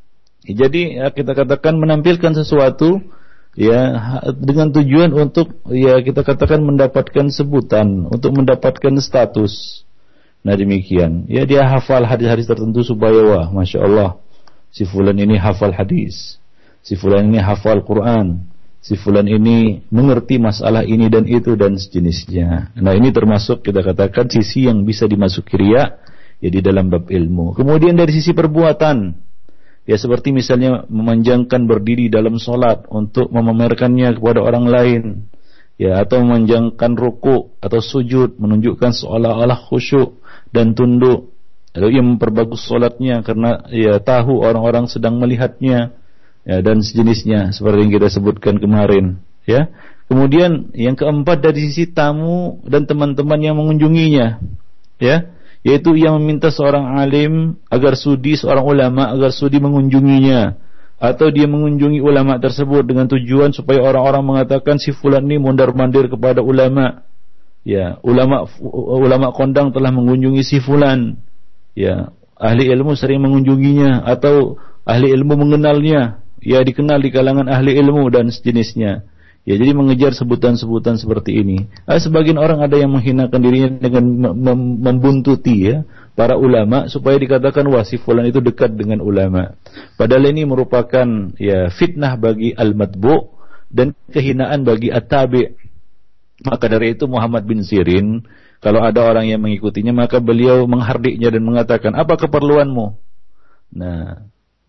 Jadi, ya, kita katakan menampilkan sesuatu, ya, dengan tujuan untuk, ya, kita katakan mendapatkan sebutan, untuk mendapatkan status. Nah, demikian. Ya, dia hafal hadis-hadis tertentu supaya, wah, masya Allah, si fulan ini hafal hadis, si fulan ini hafal Quran, si fulan ini mengerti masalah ini dan itu dan sejenisnya. Nah, ini termasuk kita katakan sisi yang bisa dimasuki riya, ya, di dalam bab ilmu. Kemudian dari sisi perbuatan, ya, seperti misalnya memanjangkan berdiri dalam sholat untuk memamerkannya kepada orang lain, ya, atau memanjangkan ruku atau sujud menunjukkan seolah-olah khusyuk dan tunduk, atau ia memperbagus sholatnya karena, ya, tahu orang-orang sedang melihatnya, ya, dan sejenisnya seperti yang kita sebutkan kemarin, ya. Kemudian yang keempat dari sisi tamu dan teman-teman yang mengunjunginya, ya, yaitu yang meminta seorang alim agar sudi, seorang ulama agar sudi mengunjunginya, atau dia mengunjungi ulama tersebut dengan tujuan supaya orang-orang mengatakan si fulan ini mondar-mandir kepada ulama, ya, ulama ulama kondang telah mengunjungi si fulan, ya, ahli ilmu sering mengunjunginya, atau ahli ilmu mengenalnya, ya, dikenal di kalangan ahli ilmu dan sejenisnya. Ya, jadi mengejar sebutan-sebutan seperti ini. Nah, sebagian orang ada yang menghinakan dirinya dengan mem- membuntuti, ya, para ulama supaya dikatakan, wah, si fulan itu dekat dengan ulama. Padahal ini merupakan, ya, fitnah bagi al-matbu' dan kehinaan bagi at-tabi'. Maka dari itu Muhammad bin Sirin, kalau ada orang yang mengikutinya, maka beliau menghardiknya dan mengatakan, apa keperluanmu? Nah,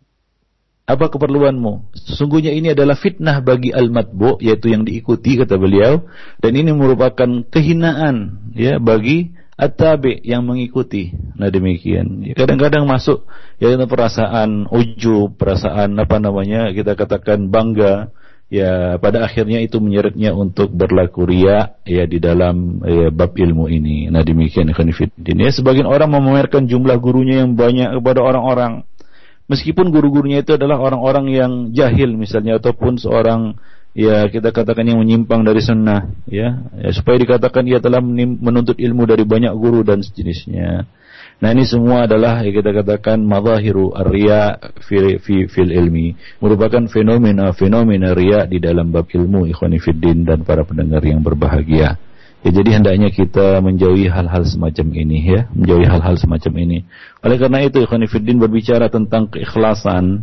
apa keperluanmu? Sesungguhnya ini adalah fitnah bagi al-matbu', yaitu yang diikuti, kata beliau, dan ini merupakan kehinaan, ya, bagi at-tabi' yang mengikuti. Nah, demikian. Kadang-kadang masuk, ya, perasaan ujub, perasaan apa namanya, kita katakan bangga, ya, pada akhirnya itu menyeretnya untuk berlaku riya, ya, di dalam, ya, bab ilmu ini. Nah, demikian, ikhwan fillah. Ya, sebagian orang memamerkan jumlah gurunya yang banyak kepada orang-orang, meskipun guru-gurunya itu adalah orang-orang yang jahil misalnya, ataupun seorang, ya, kita katakan yang menyimpang dari sunnah, ya, ya, supaya dikatakan ia telah menuntut ilmu dari banyak guru dan sejenisnya. Nah, ini semua adalah, ya, kita katakan madzahiru ar-riya fi, fi fil ilmi, merupakan fenomena-fenomena riya di dalam bab ilmu, ikhwani fiddin dan para pendengar yang berbahagia. Ya, jadi hendaknya kita menjauhi hal-hal semacam ini, ya, menjauhi hal-hal semacam ini. Oleh karena itu, ikhwan fillah, berbicara tentang keikhlasan,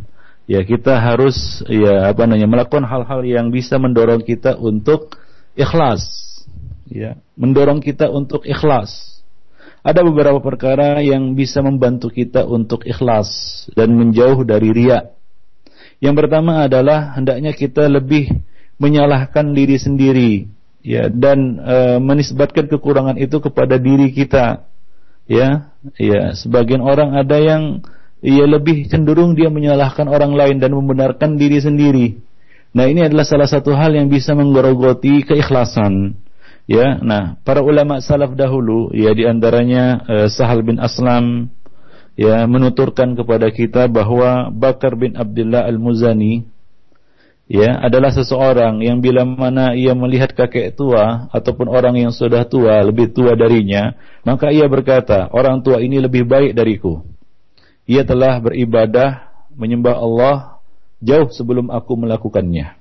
ya kita harus ya apa namanya melakukan hal-hal yang bisa mendorong kita untuk ikhlas, ya, mendorong kita untuk ikhlas. Ada beberapa perkara yang bisa membantu kita untuk ikhlas dan menjauh dari riya. Yang pertama adalah hendaknya kita lebih menyalahkan diri sendiri, ya, dan e, menisbatkan kekurangan itu kepada diri kita, ya, ya. Sebagian orang ada yang ia lebih cenderung dia menyalahkan orang lain dan membenarkan diri sendiri. Nah, ini adalah salah satu hal yang bisa menggerogoti keikhlasan. Ya, nah, para ulama salaf dahulu, ya, di antaranya uh, Sahal bin Aslam, ya, menuturkan kepada kita bahwa Bakar bin Abdullah Al-Muzani, ya, adalah seseorang yang bila mana ia melihat kakek tua ataupun orang yang sudah tua, lebih tua darinya, maka ia berkata, orang tua ini lebih baik dariku. Ia telah beribadah menyembah Allah jauh sebelum aku melakukannya.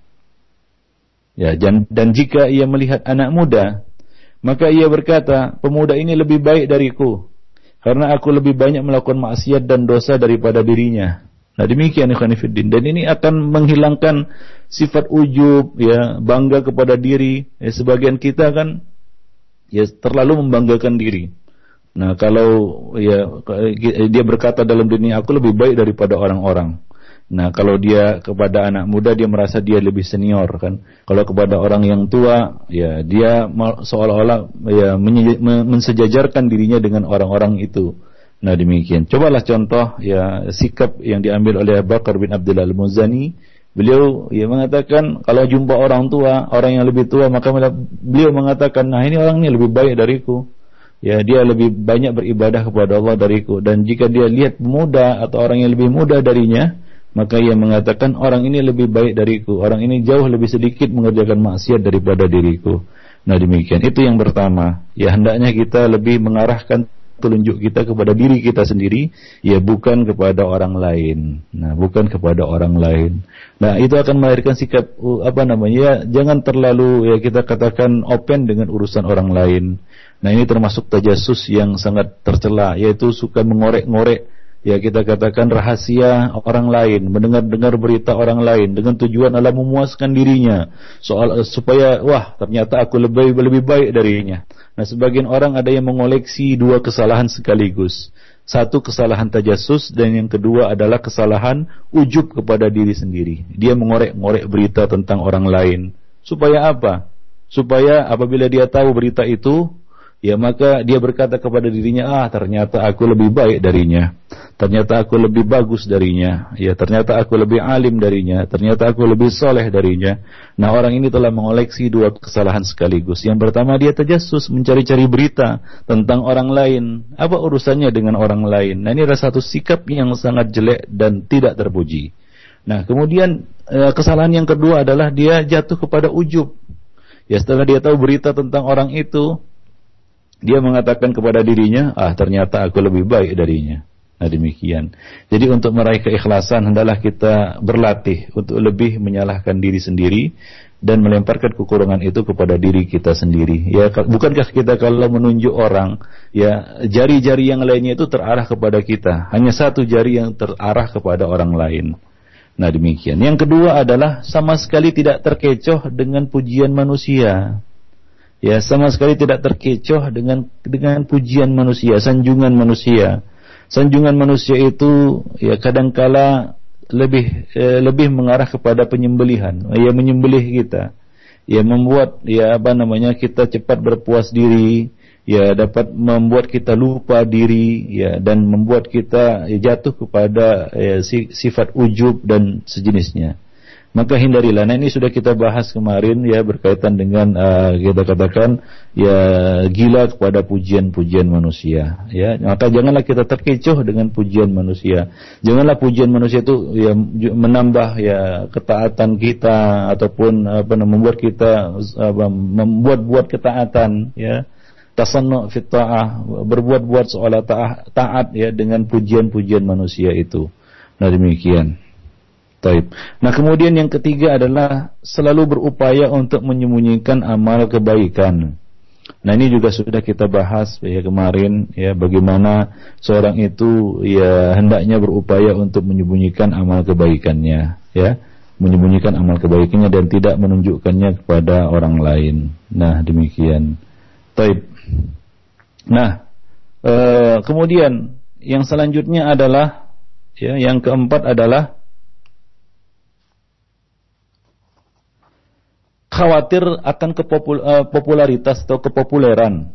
Ya, dan, dan jika ia melihat anak muda, maka ia berkata, pemuda ini lebih baik dariku, karena aku lebih banyak melakukan maksiat dan dosa daripada dirinya. Nah, demikian ikhwan fillah. Dan ini akan menghilangkan sifat ujub, ya, bangga kepada diri. Ya, sebagian kita kan ya terlalu membanggakan diri. Nah, kalau ya dia berkata dalam dirinya, aku lebih baik daripada orang-orang. Nah, kalau dia kepada anak muda, dia merasa dia lebih senior, kan. Kalau kepada orang yang tua, ya dia seolah-olah ya mensejajarkan dirinya dengan orang-orang itu. Nah, demikian. Cobalah contoh ya sikap yang diambil oleh Bakar bin Abdullah Al-Muzani. Beliau ya mengatakan kalau jumpa orang tua, orang yang lebih tua, maka beliau mengatakan, nah, ini orang ini lebih baik dariku. Ya, dia lebih banyak beribadah kepada Allah dariku. Dan jika dia lihat pemuda atau orang yang lebih muda darinya, maka ia mengatakan orang ini lebih baik dariku, orang ini jauh lebih sedikit mengerjakan maksiat daripada diriku. Nah, demikian. Itu yang pertama. Ya, hendaknya kita lebih mengarahkan telunjuk kita kepada diri kita sendiri, ya, bukan kepada orang lain. Nah, bukan kepada orang lain. Nah, itu akan melahirkan sikap apa namanya? Ya, jangan terlalu ya kita katakan open dengan urusan orang lain. Nah, ini termasuk tajassus yang sangat tercela, yaitu suka mengorek-ngorek, ya, kita katakan rahasia orang lain, mendengar-dengar berita orang lain dengan tujuan adalah memuaskan dirinya, soal supaya wah ternyata aku lebih lebih baik darinya. Nah, sebagian orang ada yang mengoleksi dua kesalahan sekaligus. Satu kesalahan tajassus dan yang kedua adalah kesalahan ujub kepada diri sendiri. Dia mengorek-ngorek berita tentang orang lain. Supaya apa? Supaya apabila dia tahu berita itu, ya, maka dia berkata kepada dirinya, ah, ternyata aku lebih baik darinya, ternyata aku lebih bagus darinya, ya, ternyata aku lebih alim darinya, ternyata aku lebih soleh darinya. Nah, orang ini telah mengoleksi dua kesalahan sekaligus. Yang pertama, dia tajassus, mencari-cari berita tentang orang lain. Apa urusannya dengan orang lain? Nah, ini adalah satu sikap yang sangat jelek dan tidak terpuji. Nah, kemudian kesalahan yang kedua adalah dia jatuh kepada ujub. Ya, setelah dia tahu berita tentang orang itu, dia mengatakan kepada dirinya, ah, ternyata aku lebih baik darinya. Nah, demikian. Jadi untuk meraih keikhlasan hendaklah kita berlatih untuk lebih menyalahkan diri sendiri dan melemparkan kekurangan itu kepada diri kita sendiri. Ya, bukankah kita kalau menunjuk orang, ya, jari-jari yang lainnya itu terarah kepada kita, hanya satu jari yang terarah kepada orang lain. Nah, demikian. Yang kedua adalah sama sekali tidak terkecoh dengan pujian manusia. Ya, sama sekali tidak terkecoh dengan dengan pujian manusia, sanjungan manusia. Sanjungan manusia itu ya kadangkala lebih eh, lebih mengarah kepada penyembelihan. Ya, menyembelih kita. Ya, membuat ya apa namanya kita cepat berpuas diri, ya, dapat membuat kita lupa diri, ya, dan membuat kita ya, jatuh kepada ya, sifat ujub dan sejenisnya. Maka hindarilah. Nah, ini sudah kita bahas kemarin, ya, berkaitan dengan uh, kita katakan ya gila kepada pujian-pujian manusia, ya. Maka janganlah kita terkecoh dengan pujian manusia. Janganlah pujian manusia itu ya menambah ya ketaatan kita ataupun apa membuat kita apa, membuat-buat ketaatan, ya. Tasannu fit ta'ah, berbuat-buat seolah taat, taat ya dengan pujian-pujian manusia itu. Nah, demikian. Taib. Nah, kemudian yang ketiga adalah selalu berupaya untuk menyembunyikan amal kebaikan. Nah, ini juga sudah kita bahas ya kemarin ya, bagaimana seorang itu ya hendaknya berupaya untuk menyembunyikan amal kebaikannya ya, menyembunyikan amal kebaikannya dan tidak menunjukkannya kepada orang lain. Nah, demikian. Taib. Nah, e, kemudian yang selanjutnya adalah ya, yang keempat adalah khawatir akan kepopularitas atau kepopuleran.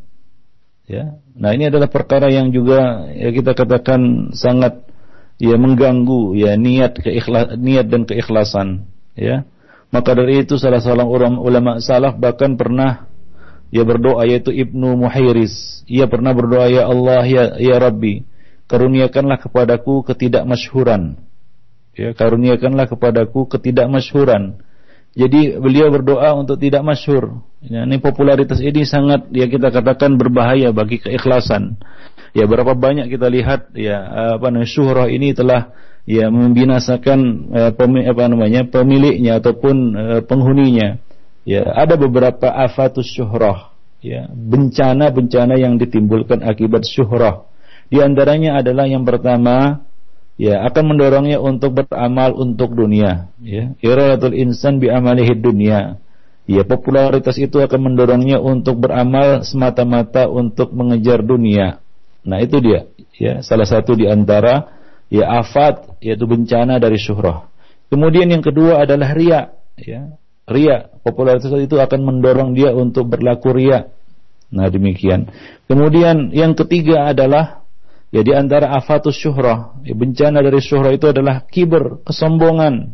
Ya. Nah, ini adalah perkara yang juga ya kita katakan sangat ya mengganggu ya niat keikhlas, niat dan keikhlasan, ya. Maka dari itu salah seorang ulama, ulama salaf bahkan pernah ya berdoa, yaitu Ibnu Muhairis. Ia pernah berdoa, ya Allah, ya ya Rabbi, karuniakanlah kepadaku ketidakmasyhuran. Ya, karuniakanlah kepadaku ketidakmasyhuran. Jadi beliau berdoa untuk tidak masyhur. Ya, ini popularitas ini sangat ya kita katakan berbahaya bagi keikhlasan. Ya, berapa banyak kita lihat ya apa namanya syuhrah ini telah ya membinasakan eh, pemi, apa namanya pemiliknya ataupun eh, penghuninya. Ya, ada beberapa afatus syuhrah, ya, bencana-bencana yang ditimbulkan akibat syuhrah. Di antaranya adalah yang pertama, ya, akan mendorongnya untuk beramal untuk dunia, ya. Iradatul insan bi amalihi dunya. Ya, popularitas itu akan mendorongnya untuk beramal semata-mata untuk mengejar dunia. Nah, itu dia, ya, salah satu di antara ya afat, yaitu bencana dari syuhrah. Kemudian yang kedua adalah riya, ya. Riya, popularitas itu akan mendorong dia untuk berlaku riya. Nah, demikian. Kemudian yang ketiga adalah ya di antara afatus syuhrah, ya, bencana dari syuhrah itu adalah kiber, kesombongan.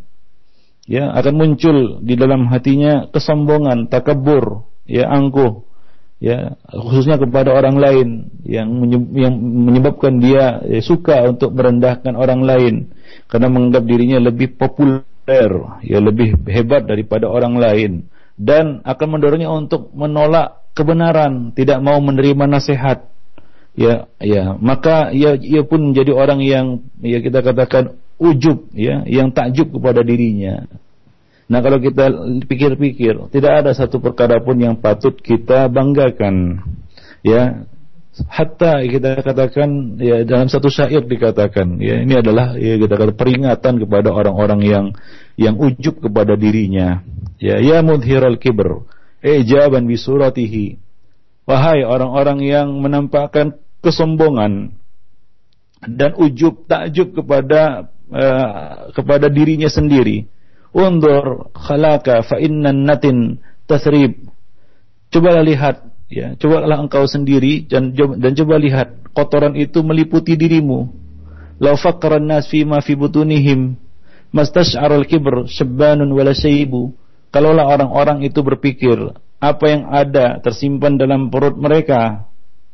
Ya, akan muncul di dalam hatinya kesombongan, takabur, ya, angkuh, ya, khususnya kepada orang lain yang yang menyebabkan dia ya, suka untuk merendahkan orang lain karena menganggap dirinya lebih populer, ya, lebih hebat daripada orang lain, dan akan mendorongnya untuk menolak kebenaran, tidak mau menerima nasihat. Ya, ya, maka ia, ia pun menjadi orang yang ya kita katakan ujub, ya, yang takjub kepada dirinya. Nah, kalau kita pikir-pikir, tidak ada satu perkara pun yang patut kita banggakan. Ya, hatta kita katakan ya dalam satu syair dikatakan, ya, ini adalah ya kita katakan peringatan kepada orang-orang yang yang ujub kepada dirinya. Ya, ya mudhiral kibr, ijaban bi suratihi. Wahai orang-orang yang menampakkan kesombongan dan ujub, takjub kepada uh, kepada dirinya sendiri. Undur khalaka fa innan natin tasrib. Cobalah lihat, ya, cobalah engkau sendiri dan dan coba lihat kotoran itu meliputi dirimu. Law faqaran nas fi ma fi butunihim mastash'arul kibr syabbanun wala shaybu. Kalaulah orang-orang itu berpikir apa yang ada tersimpan dalam perut mereka,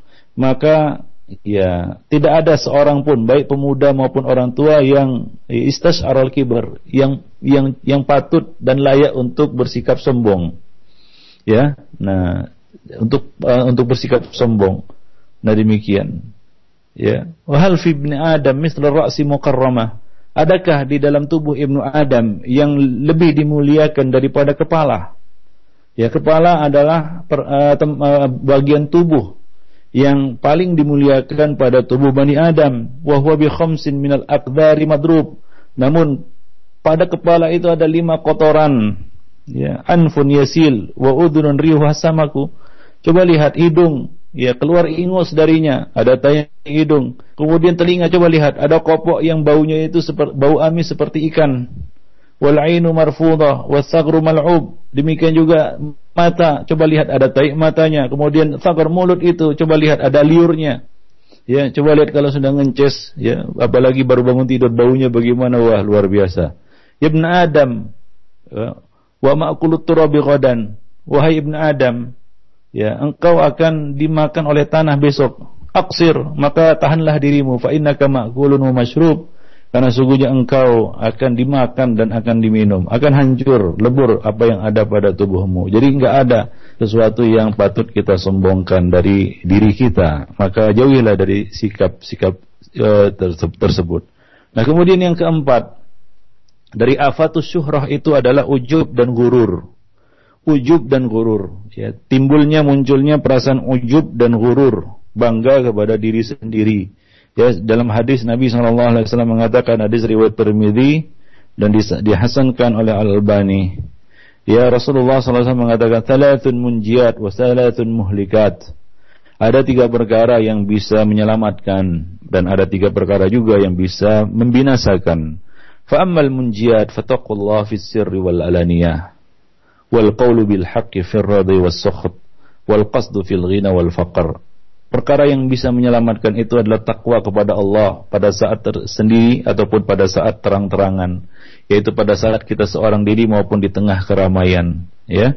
maka ya tidak ada seorang pun, baik pemuda maupun orang tua, yang istash'arul kibr, yang yang yang patut dan layak untuk bersikap sombong. Ya, nah untuk uh, untuk bersikap sombong. Nah, demikian. Ya, wa hal fi ibni Adam misla ra'si mukarramah. Adakah di dalam tubuh Ibnu Adam yang lebih dimuliakan daripada kepala? Ya, kepala adalah per, uh, tem, uh, bagian tubuh yang paling dimuliakan pada tubuh Bani Adam. Wa huwa bi khamsin minal aqdari madrub. Namun pada kepala itu ada lima kotoran. Ya, anfun yasil wa udhunun rihuha samaku. Coba lihat hidung, ya, keluar ingus darinya, ada tayang hidung. Kemudian telinga, coba lihat, ada kopok yang baunya itu seperti bau amis seperti ikan. Wal ainu marfudah was-saghru mal'ub. Demikian juga mata, coba lihat ada taik matanya. Kemudian saghar mulut itu, coba lihat ada liurnya. Ya, coba lihat kalau sudah ngences, ya, apalagi baru bangun tidur, baunya bagaimana? Wah, luar biasa. Ibn Adam, ya, wa ma'kulut turabi ghadan. Wahai Ibn Adam, ya, engkau akan dimakan oleh tanah besok. Aqsir, maka tahanlah dirimu, fa innaka ma'kulun wa masyrub. Karena sungguhnya engkau akan dimakan dan akan diminum, akan hancur, lebur apa yang ada pada tubuhmu. Jadi enggak ada sesuatu yang patut kita sombongkan dari diri kita. Maka jauhilah dari sikap-sikap uh, tersebut. Nah, kemudian yang keempat, dari afatus syuhrah itu adalah ujub dan gurur. ujub dan ghurur. Ya, timbulnya munculnya perasaan ujub dan ghurur, bangga kepada diri sendiri. Ya, dalam hadis Nabi shallallahu alaihi wasallam mengatakan, hadis riwayat Tirmidzi dan dihasankan oleh Al-Albani. Ya, Rasulullah shallallahu alaihi wasallam mengatakan, "Thalathun munjiyat wa thalathun muhlikat." Ada tiga perkara yang bisa menyelamatkan dan ada tiga perkara juga yang bisa membinasakan. Fa ammal munjiyat fattaqullah fis sirri wal alaniyah wal qawlu bil haqqi fir radhi was sukht wal qasdu fil ghina wal faqr. Perkara yang bisa menyelamatkan itu adalah takwa kepada Allah pada saat tersendiri ataupun pada saat terang-terangan, yaitu pada saat kita seorang diri maupun di tengah keramaian, ya.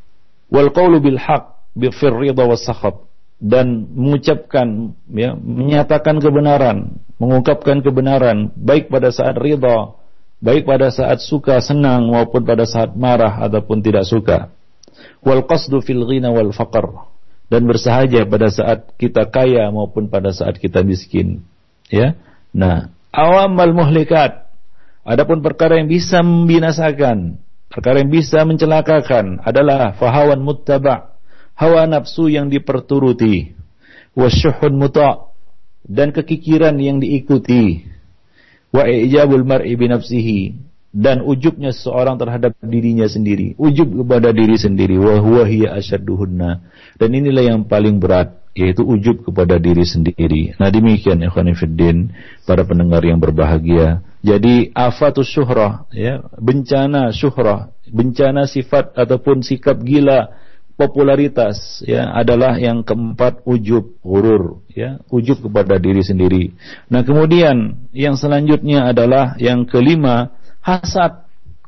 Wal qawlu bil haqq bi fir ridha was sakhat, dan mengucapkan, ya, menyatakan kebenaran, mengungkapkan kebenaran baik pada saat ridha, baik pada saat suka senang maupun pada saat marah ataupun tidak suka. Wal qasdu fil ghina wal faqr, dan bersahaja pada saat kita kaya maupun pada saat kita miskin, ya. Nah, awamal muhlikat, adapun perkara yang bisa membinasakan, perkara yang bisa mencelakakan adalah fahawan muttaba', hawa nafsu yang diperturuti, wasyuhun muta', dan kekikiran yang diikuti, wa ijabul mar'i bi nafsihi, dan ujubnya seseorang terhadap dirinya sendiri, ujub kepada diri sendiri, wa huwa hiya asyadduhunna, dan inilah yang paling berat, yaitu ujub kepada diri sendiri. Nah, demikian ikhwan fillah, para pendengar yang berbahagia. Jadi afatus syuhrah, ya, bencana syuhrah, bencana sifat ataupun sikap gila popularitas, ya, adalah yang keempat ujub, ghurur, ya, ujub kepada diri sendiri. Nah, kemudian yang selanjutnya adalah yang kelima, hasad.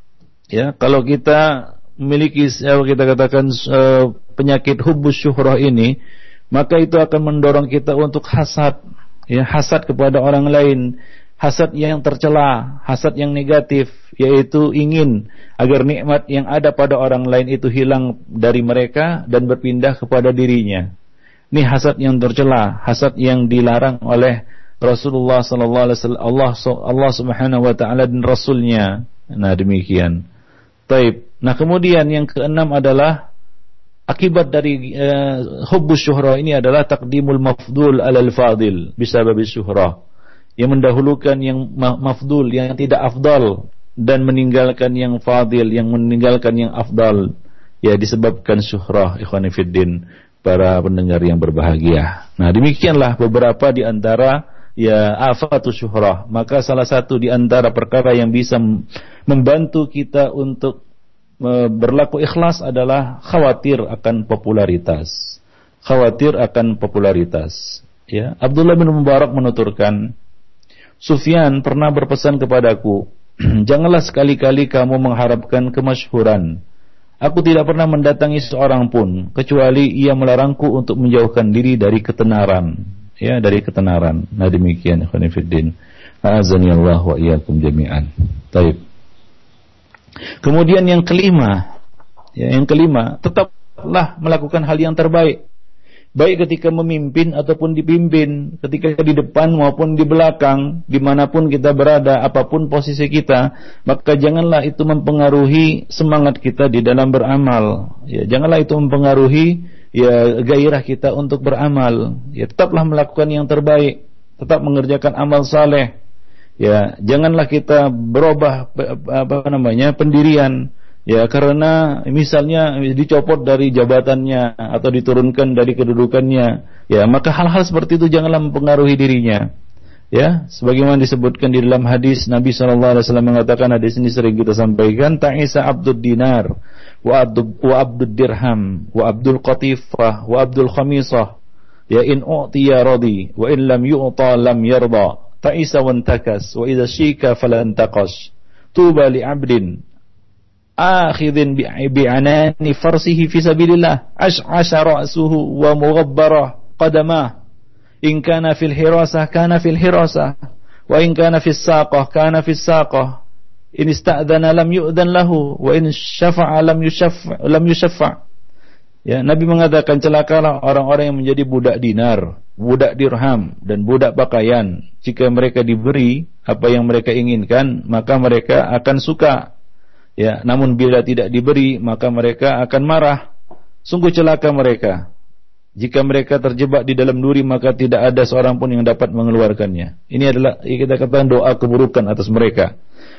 Ya, kalau kita memiliki, ya, kita katakan uh, penyakit hubbus syuhrah ini, maka itu akan mendorong kita untuk hasad, ya, hasad kepada orang lain, hasad yang tercela, hasad yang negatif, yaitu ingin agar nikmat yang ada pada orang lain itu hilang dari mereka dan berpindah kepada dirinya. Ini hasad yang tercela, hasad yang dilarang oleh Rasulullah sallallahu alaihi wasallam, Allah Allah Subhanahu wa taala dan rasulnya. Nah, demikian. Taib. Nah, kemudian yang keenam adalah akibat dari uh, hubbus syuhrah ini adalah taqdimul mafdul alal fadil bisabab syuhrah. Yang mendahulukan yang mafdul, yang tidak afdal, dan meninggalkan yang fadil, yang meninggalkan yang afdal, ya, disebabkan syuhrah, ikhwani fiddin, para pendengar yang berbahagia. Nah, demikianlah beberapa di antara, ya, afatu syuhrah. Maka salah satu di antara perkara yang bisa membantu kita untuk berlaku ikhlas adalah khawatir akan popularitas. Khawatir akan popularitas. Ya, Abdullah bin Mubarak menuturkan, Sufyan pernah berpesan kepadaku, janganlah sekali-kali kamu mengharapkan kemasyhuran. Aku tidak pernah mendatangi seorang pun kecuali ia melarangku untuk menjauhkan diri dari ketenaran. Ya, dari ketenaran. Nah, demikian ikhwan fillah. A'azani Allah wa iyyakum jami'an. Baik. Kemudian yang kelima, ya, yang kelima, tetaplah melakukan hal yang terbaik. Baik ketika memimpin ataupun dipimpin, ketika di depan maupun di belakang, dimanapun kita berada, apapun posisi kita, maka janganlah itu mempengaruhi semangat kita di dalam beramal. Ya, janganlah itu mempengaruhi, ya, gairah kita untuk beramal. Ya, tetaplah melakukan yang terbaik, tetap mengerjakan amal saleh. Ya, janganlah kita berubah apa namanya pendirian. Ya, karena misalnya dicopot dari jabatannya atau diturunkan dari kedudukannya, ya, maka hal-hal seperti itu janganlah mempengaruhi dirinya. Ya, sebagaimana disebutkan di dalam hadis Nabi sallallahu alaihi wasallam mengatakan, hadis ini sering kita sampaikan, ta'isa abdud dinar wa abdud wa abdud dirham wa abdul qatifah wa abdul khamisah, ya, in u'tiya radi wa in lam yu'ta lam yarda, ta'isa wa antakas wa idza syika falan taqash, tuba li 'abdin akhidhin bi'anani farsihi fi sabilillah ash'asha ra'suhu wa mughabbara qadamah, in kana fil hirasah kana fil hirasah wa in kana fis saqah kana fis saqah, in ista'dhana lam yu'dhan lahu wa in syafa'a lam yushaffa lam yushaffa. Ya, Nabi mengatakan, celakalah orang-orang yang menjadi budak dinar, budak dirham, dan budak pakaian. Jika mereka diberi apa yang mereka inginkan, maka mereka akan suka. Ya, namun bila tidak diberi, maka mereka akan marah. Sungguh celaka mereka. Jika mereka terjebak di dalam duri, maka tidak ada seorang pun yang dapat mengeluarkannya. Ini adalah kita katakan doa keburukan atas mereka.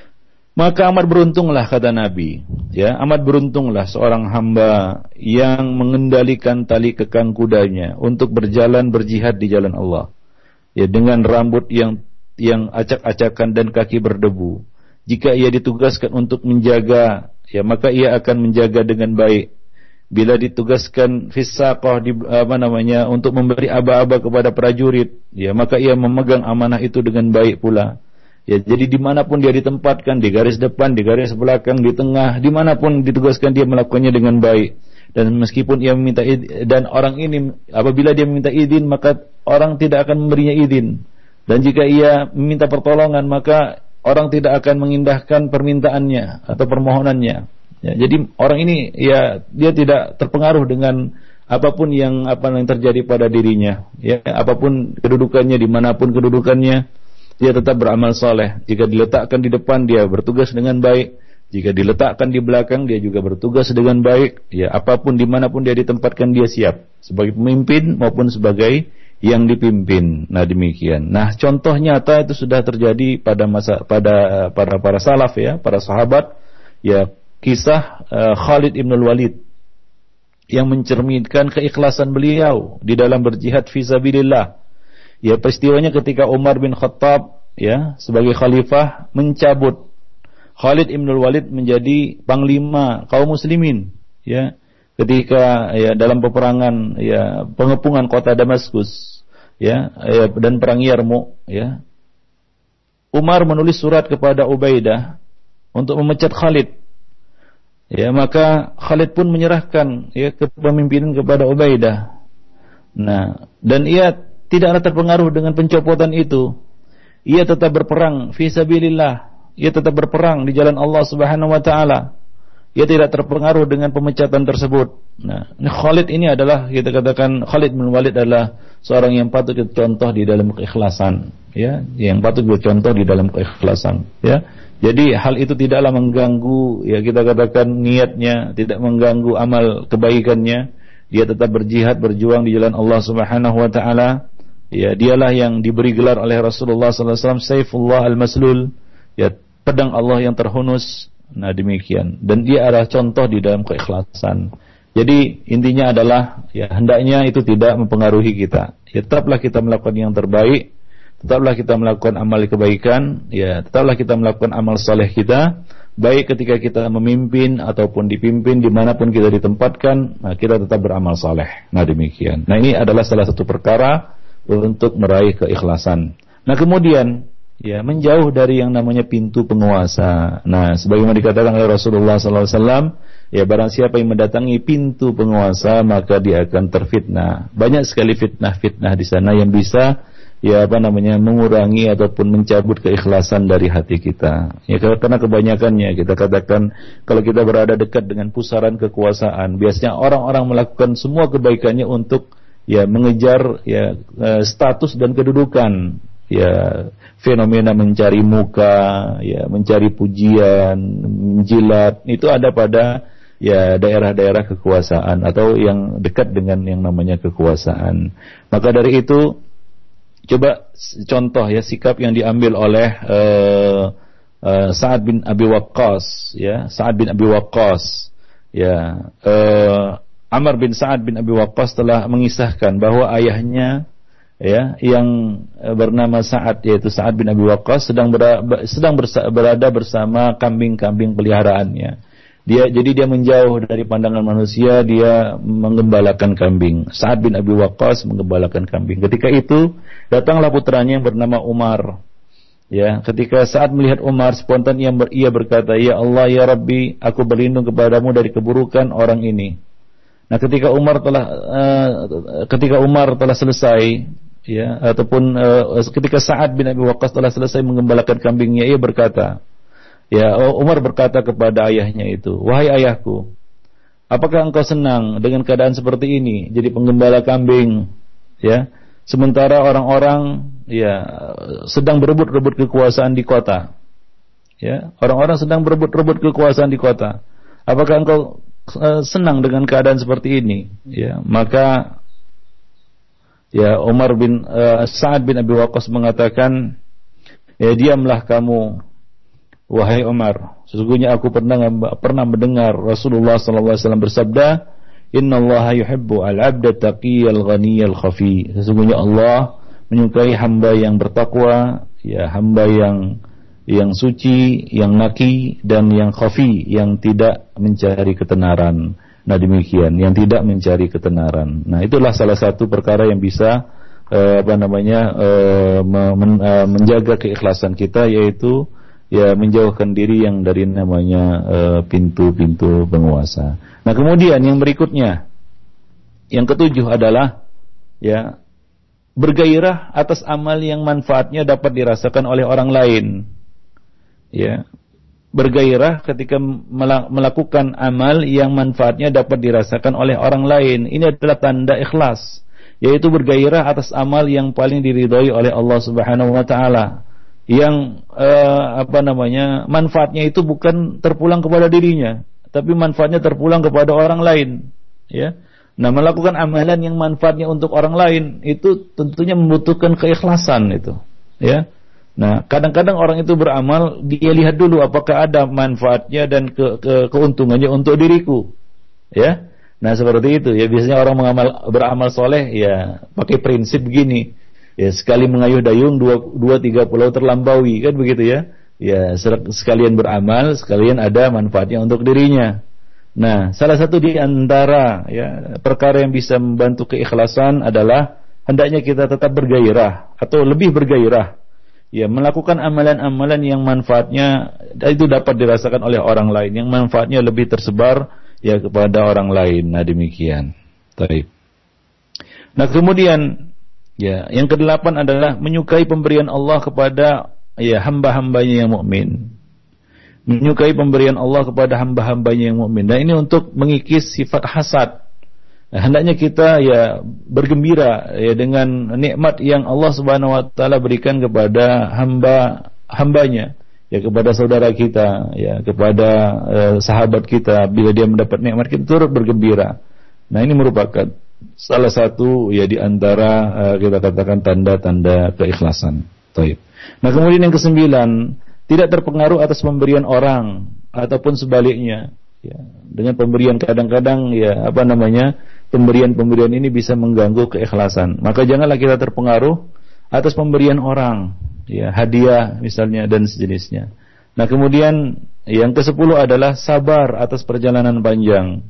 Maka amat beruntunglah, kata Nabi, ya, amat beruntunglah seorang hamba yang mengendalikan tali kekang kudanya untuk berjalan berjihad di jalan Allah. Ya, dengan rambut yang yang acak-acakan dan kaki berdebu. Jika ia ditugaskan untuk menjaga, ya, maka ia akan menjaga dengan baik. Bila ditugaskan fisaqah di apa namanya untuk memberi aba-aba kepada prajurit, ya, maka ia memegang amanah itu dengan baik pula. Ya, jadi dimanapun dia ditempatkan, di garis depan, di garis belakang, di tengah, dimanapun ditugaskan dia melakukannya dengan baik. Dan meskipun ia meminta izin, dan orang ini apabila dia meminta izin, maka orang tidak akan memberinya izin. Dan jika ia meminta pertolongan, maka orang tidak akan mengindahkan permintaannya atau permohonannya. Ya, jadi orang ini ya dia tidak terpengaruh dengan apapun yang apa yang terjadi pada dirinya. Ya, apapun kedudukannya, dimanapun kedudukannya, dia tetap beramal soleh. Jika diletakkan di depan, dia bertugas dengan baik. Jika diletakkan di belakang, dia juga bertugas dengan baik. Ya, apapun dimanapun dia ditempatkan, dia siap sebagai pemimpin maupun sebagai yang dipimpin. Nah, demikian. Nah, contoh nyata itu sudah terjadi pada masa pada para para salaf, ya, para sahabat. Ya, kisah uh, Khalid ibn Walid yang mencerminkan keikhlasan beliau di dalam berjihad fi sabilillah. Ya, peristiwanya ketika Umar bin Khattab, ya, sebagai khalifah mencabut Khalid ibn Walid menjadi panglima kaum muslimin, ya, ketika ya dalam peperangan, ya, pengepungan kota Damaskus, ya, ya dan perang Yarmuk, ya. Umar menulis surat kepada Ubaidah untuk memecat Khalid. Ya, maka Khalid pun menyerahkan, ya, kepemimpinan kepada Ubaidah. Nah, dan ia tidaklah terpengaruh dengan pencopotan itu. Ia tetap berperang fi sabilillah. Ia tetap berperang di jalan Allah Subhanahu wa taala. Ia tidak terpengaruh dengan pemecatan tersebut. Nah, Khalid ini adalah, kita katakan Khalid bin Walid adalah seorang yang patut dicontoh di dalam keikhlasan, ya, yang patut dicontoh di dalam keikhlasan, ya. Jadi hal itu tidaklah mengganggu, ya, kita katakan niatnya, tidak mengganggu amal kebaikannya. Dia tetap berjihad, berjuang di jalan Allah Subhanahu wa taala. Ya, dialah yang diberi gelar oleh Rasulullah sallallahu alaihi wasallam Saifullah al-Maslul, ya, pedang Allah yang terhunus. Nah, demikian. Dan dia adalah contoh di dalam keikhlasan. Jadi intinya adalah, ya, hendaknya itu tidak mempengaruhi kita. Ya, tetaplah kita melakukan yang terbaik. Tetaplah kita melakukan amal kebaikan, ya, tetaplah kita melakukan amal saleh kita, baik ketika kita memimpin ataupun dipimpin, dimanapun kita ditempatkan, nah, kita tetap beramal saleh. Nah, demikian. Nah, ini adalah salah satu perkara untuk meraih keikhlasan. Nah, kemudian, ya, menjauh dari yang namanya pintu penguasa. Nah, sebagaimana dikatakan oleh Rasulullah sallallahu alaihi wasallam, ya, barang siapa yang mendatangi pintu penguasa, maka dia akan terfitnah. Banyak sekali fitnah-fitnah di sana yang bisa, ya, apa namanya, mengurangi ataupun mencabut keikhlasan dari hati kita. Ya, karena kebanyakannya kita katakan kalau kita berada dekat dengan pusaran kekuasaan, biasanya orang-orang melakukan semua kebaikannya untuk, ya, mengejar, ya, status dan kedudukan. Ya, fenomena mencari muka, ya, mencari pujian, menjilat, itu ada pada, ya, daerah-daerah kekuasaan atau yang dekat dengan yang namanya kekuasaan. Maka dari itu, coba contoh, ya, sikap yang diambil oleh uh, uh, Sa'ad bin Abi Waqqas, ya, Sa'ad bin Abi Waqqas, ya, uh, Amr bin Sa'ad bin Abi Waqqas telah mengisahkan bahwa ayahnya, ya, yang bernama Sa'ad, yaitu Sa'ad bin Abi Waqqas sedang berada, sedang berada bersama kambing-kambing peliharaannya. Dia, jadi dia menjauh dari pandangan manusia, dia menggembalakan kambing. Sa'ad bin Abi Waqqas menggembalakan kambing. Ketika itu datanglah putranya yang bernama Umar. Ya, ketika Sa'ad melihat Umar, spontan ia, ber, ia berkata, "Ya Allah, ya Rabbi, aku berlindung kepadamu dari keburukan orang ini." Nah, ketika Umar telah uh, ketika Umar telah selesai, ya, ataupun uh, ketika Sa'ad bin Abi Waqqas telah selesai menggembalakan kambingnya, ia berkata, ya, Umar berkata kepada ayahnya itu, "Wahai ayahku, apakah engkau senang dengan keadaan seperti ini, jadi penggembala kambing, ya, sementara orang-orang, ya, sedang berebut-rebut kekuasaan di kota?" Ya, orang-orang sedang berebut-rebut kekuasaan di kota. Apakah engkau uh, senang dengan keadaan seperti ini? Ya, maka ya Umar bin uh, Sa'ad bin Abi Waqqas mengatakan, ya diamlah kamu, wahai Umar. Sesungguhnya aku pernah pernah mendengar Rasulullah sallallahu alaihi wasallam bersabda, "Innallaha yuhibbu al-'abda taqiyal ghaniyal khafi." Sesungguhnya Allah menyukai hamba yang bertakwa, ya hamba yang yang suci, yang naqi dan yang khafi, yang tidak mencari ketenaran. Nah demikian, yang tidak mencari ketenaran. Nah itulah salah satu perkara yang bisa eh, apa namanya eh, men, eh, menjaga keikhlasan kita, yaitu ya menjauhkan diri yang dari namanya eh, pintu-pintu penguasa. Nah kemudian yang berikutnya, yang ketujuh adalah ya bergairah atas amal yang manfaatnya dapat dirasakan oleh orang lain. Ya, bergairah ketika melakukan amal yang manfaatnya dapat dirasakan oleh orang lain. Ini adalah tanda ikhlas, yaitu bergairah atas amal yang paling diridhoi oleh Allah Subhanahu wa taala, yang eh, apa namanya manfaatnya itu bukan terpulang kepada dirinya, tapi manfaatnya terpulang kepada orang lain. Ya, nah melakukan amalan yang manfaatnya untuk orang lain itu tentunya membutuhkan keikhlasan itu. Ya. Nah, kadang-kadang orang itu beramal, dia lihat dulu apakah ada manfaatnya dan ke, ke, keuntungannya untuk diriku. Ya. Nah, seperti itu. Ya, biasanya orang mengamal, beramal soleh, ya, pakai prinsip begini. Ya, sekali mengayuh dayung, dua, dua tiga pulau terlampaui. Kan begitu ya. Ya, sekalian beramal, sekalian ada manfaatnya untuk dirinya. Nah, salah satu di antara ya, perkara yang bisa membantu keikhlasan adalah hendaknya kita tetap bergairah, atau lebih bergairah. Ya, melakukan amalan-amalan yang manfaatnya itu dapat dirasakan oleh orang lain, yang manfaatnya lebih tersebar ya kepada orang lain. Nah, demikian. Baik. Nah, kemudian ya, yang kedelapan adalah menyukai pemberian Allah kepada ya hamba-hambanya yang mukmin. Menyukai pemberian Allah kepada hamba-hambanya yang mukmin. Dan ini untuk mengikis sifat hasad. Nah, hendaknya kita ya bergembira ya dengan nikmat yang Allah Subhanahu wa taala berikan kepada hamba hambanya, ya kepada saudara kita, ya kepada uh, sahabat kita. Bila dia mendapat nikmat, kita turut bergembira. Nah, ini merupakan salah satu ya di antara uh, kita katakan tanda-tanda keikhlasan. Baik. Nah, kemudian yang kesembilan, tidak terpengaruh atas pemberian orang ataupun sebaliknya. Ya, dengan pemberian kadang-kadang ya apa namanya pemberian-pemberian ini bisa mengganggu keikhlasan. Maka janganlah kita terpengaruh atas pemberian orang, ya hadiah misalnya dan sejenisnya. Nah kemudian yang kesepuluh adalah sabar atas perjalanan panjang.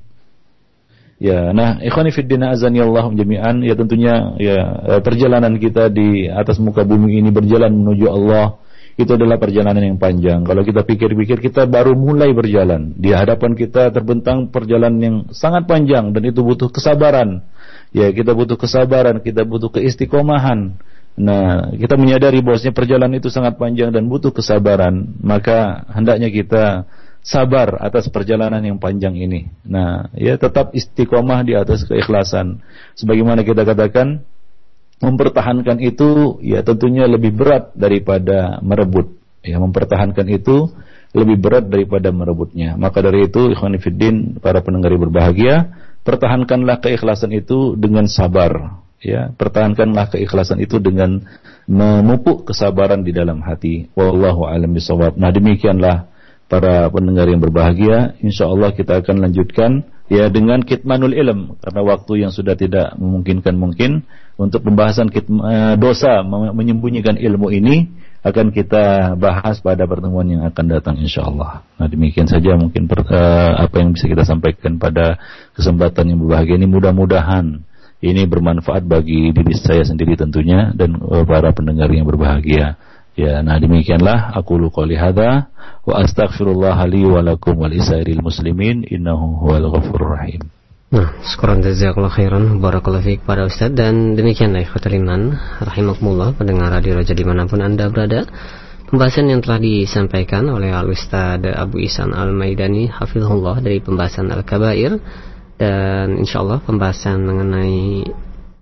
Ya, nah ikhwani fiddin azanillahu jami'an, ya tentunya ya perjalanan kita di atas muka bumi ini berjalan menuju Allah, itu adalah perjalanan yang panjang. Kalau kita pikir-pikir, kita baru mulai berjalan. Di hadapan kita terbentang perjalanan yang sangat panjang, dan itu butuh kesabaran. Ya, kita butuh kesabaran, kita butuh keistiqomahan. Nah, kita menyadari bahwasanya perjalanan itu sangat panjang dan butuh kesabaran. Maka hendaknya kita sabar atas perjalanan yang panjang ini. Nah, ya tetap istiqomah di atas keikhlasan. Sebagaimana kita katakan, mempertahankan itu ya tentunya lebih berat daripada merebut. Ya, mempertahankan itu lebih berat daripada merebutnya. Maka dari itu, ikhwan fillah, para pendengar yang berbahagia, pertahankanlah keikhlasan itu dengan sabar. Ya, pertahankanlah keikhlasan itu dengan memupuk kesabaran di dalam hati. Wallahu a'lam bishawab. Nah, demikianlah para pendengar yang berbahagia. Insyaallah kita akan lanjutkan ya dengan kitmanul ilm, karena waktu yang sudah tidak memungkinkan mungkin untuk pembahasan kitma, dosa menyembunyikan ilmu ini akan kita bahas pada pertemuan yang akan datang insyaallah. Nah, demikian saja mungkin per, uh, apa yang bisa kita sampaikan pada kesempatan yang berbahagia ini. Mudah-mudahan ini bermanfaat bagi diri saya sendiri tentunya dan uh, para pendengar yang berbahagia. Ya, nah demikianlah aqulu qouli hadza wa astaghfirullah li wa lakum wa lisairil muslimin innahu huwal ghafurur rahim. Nah, syukran jazakallahu khairan, barakallahu fiik para ustaz. Dan demikianlah ikhwatul iman rahimakumullah, pendengar radio Raja dimanapun Anda berada, pembahasan yang telah disampaikan oleh Al Ustaz Abu Ihsan Al-Maidani hafizahullah dari pembahasan Al-Kabair, dan insyaallah pembahasan mengenai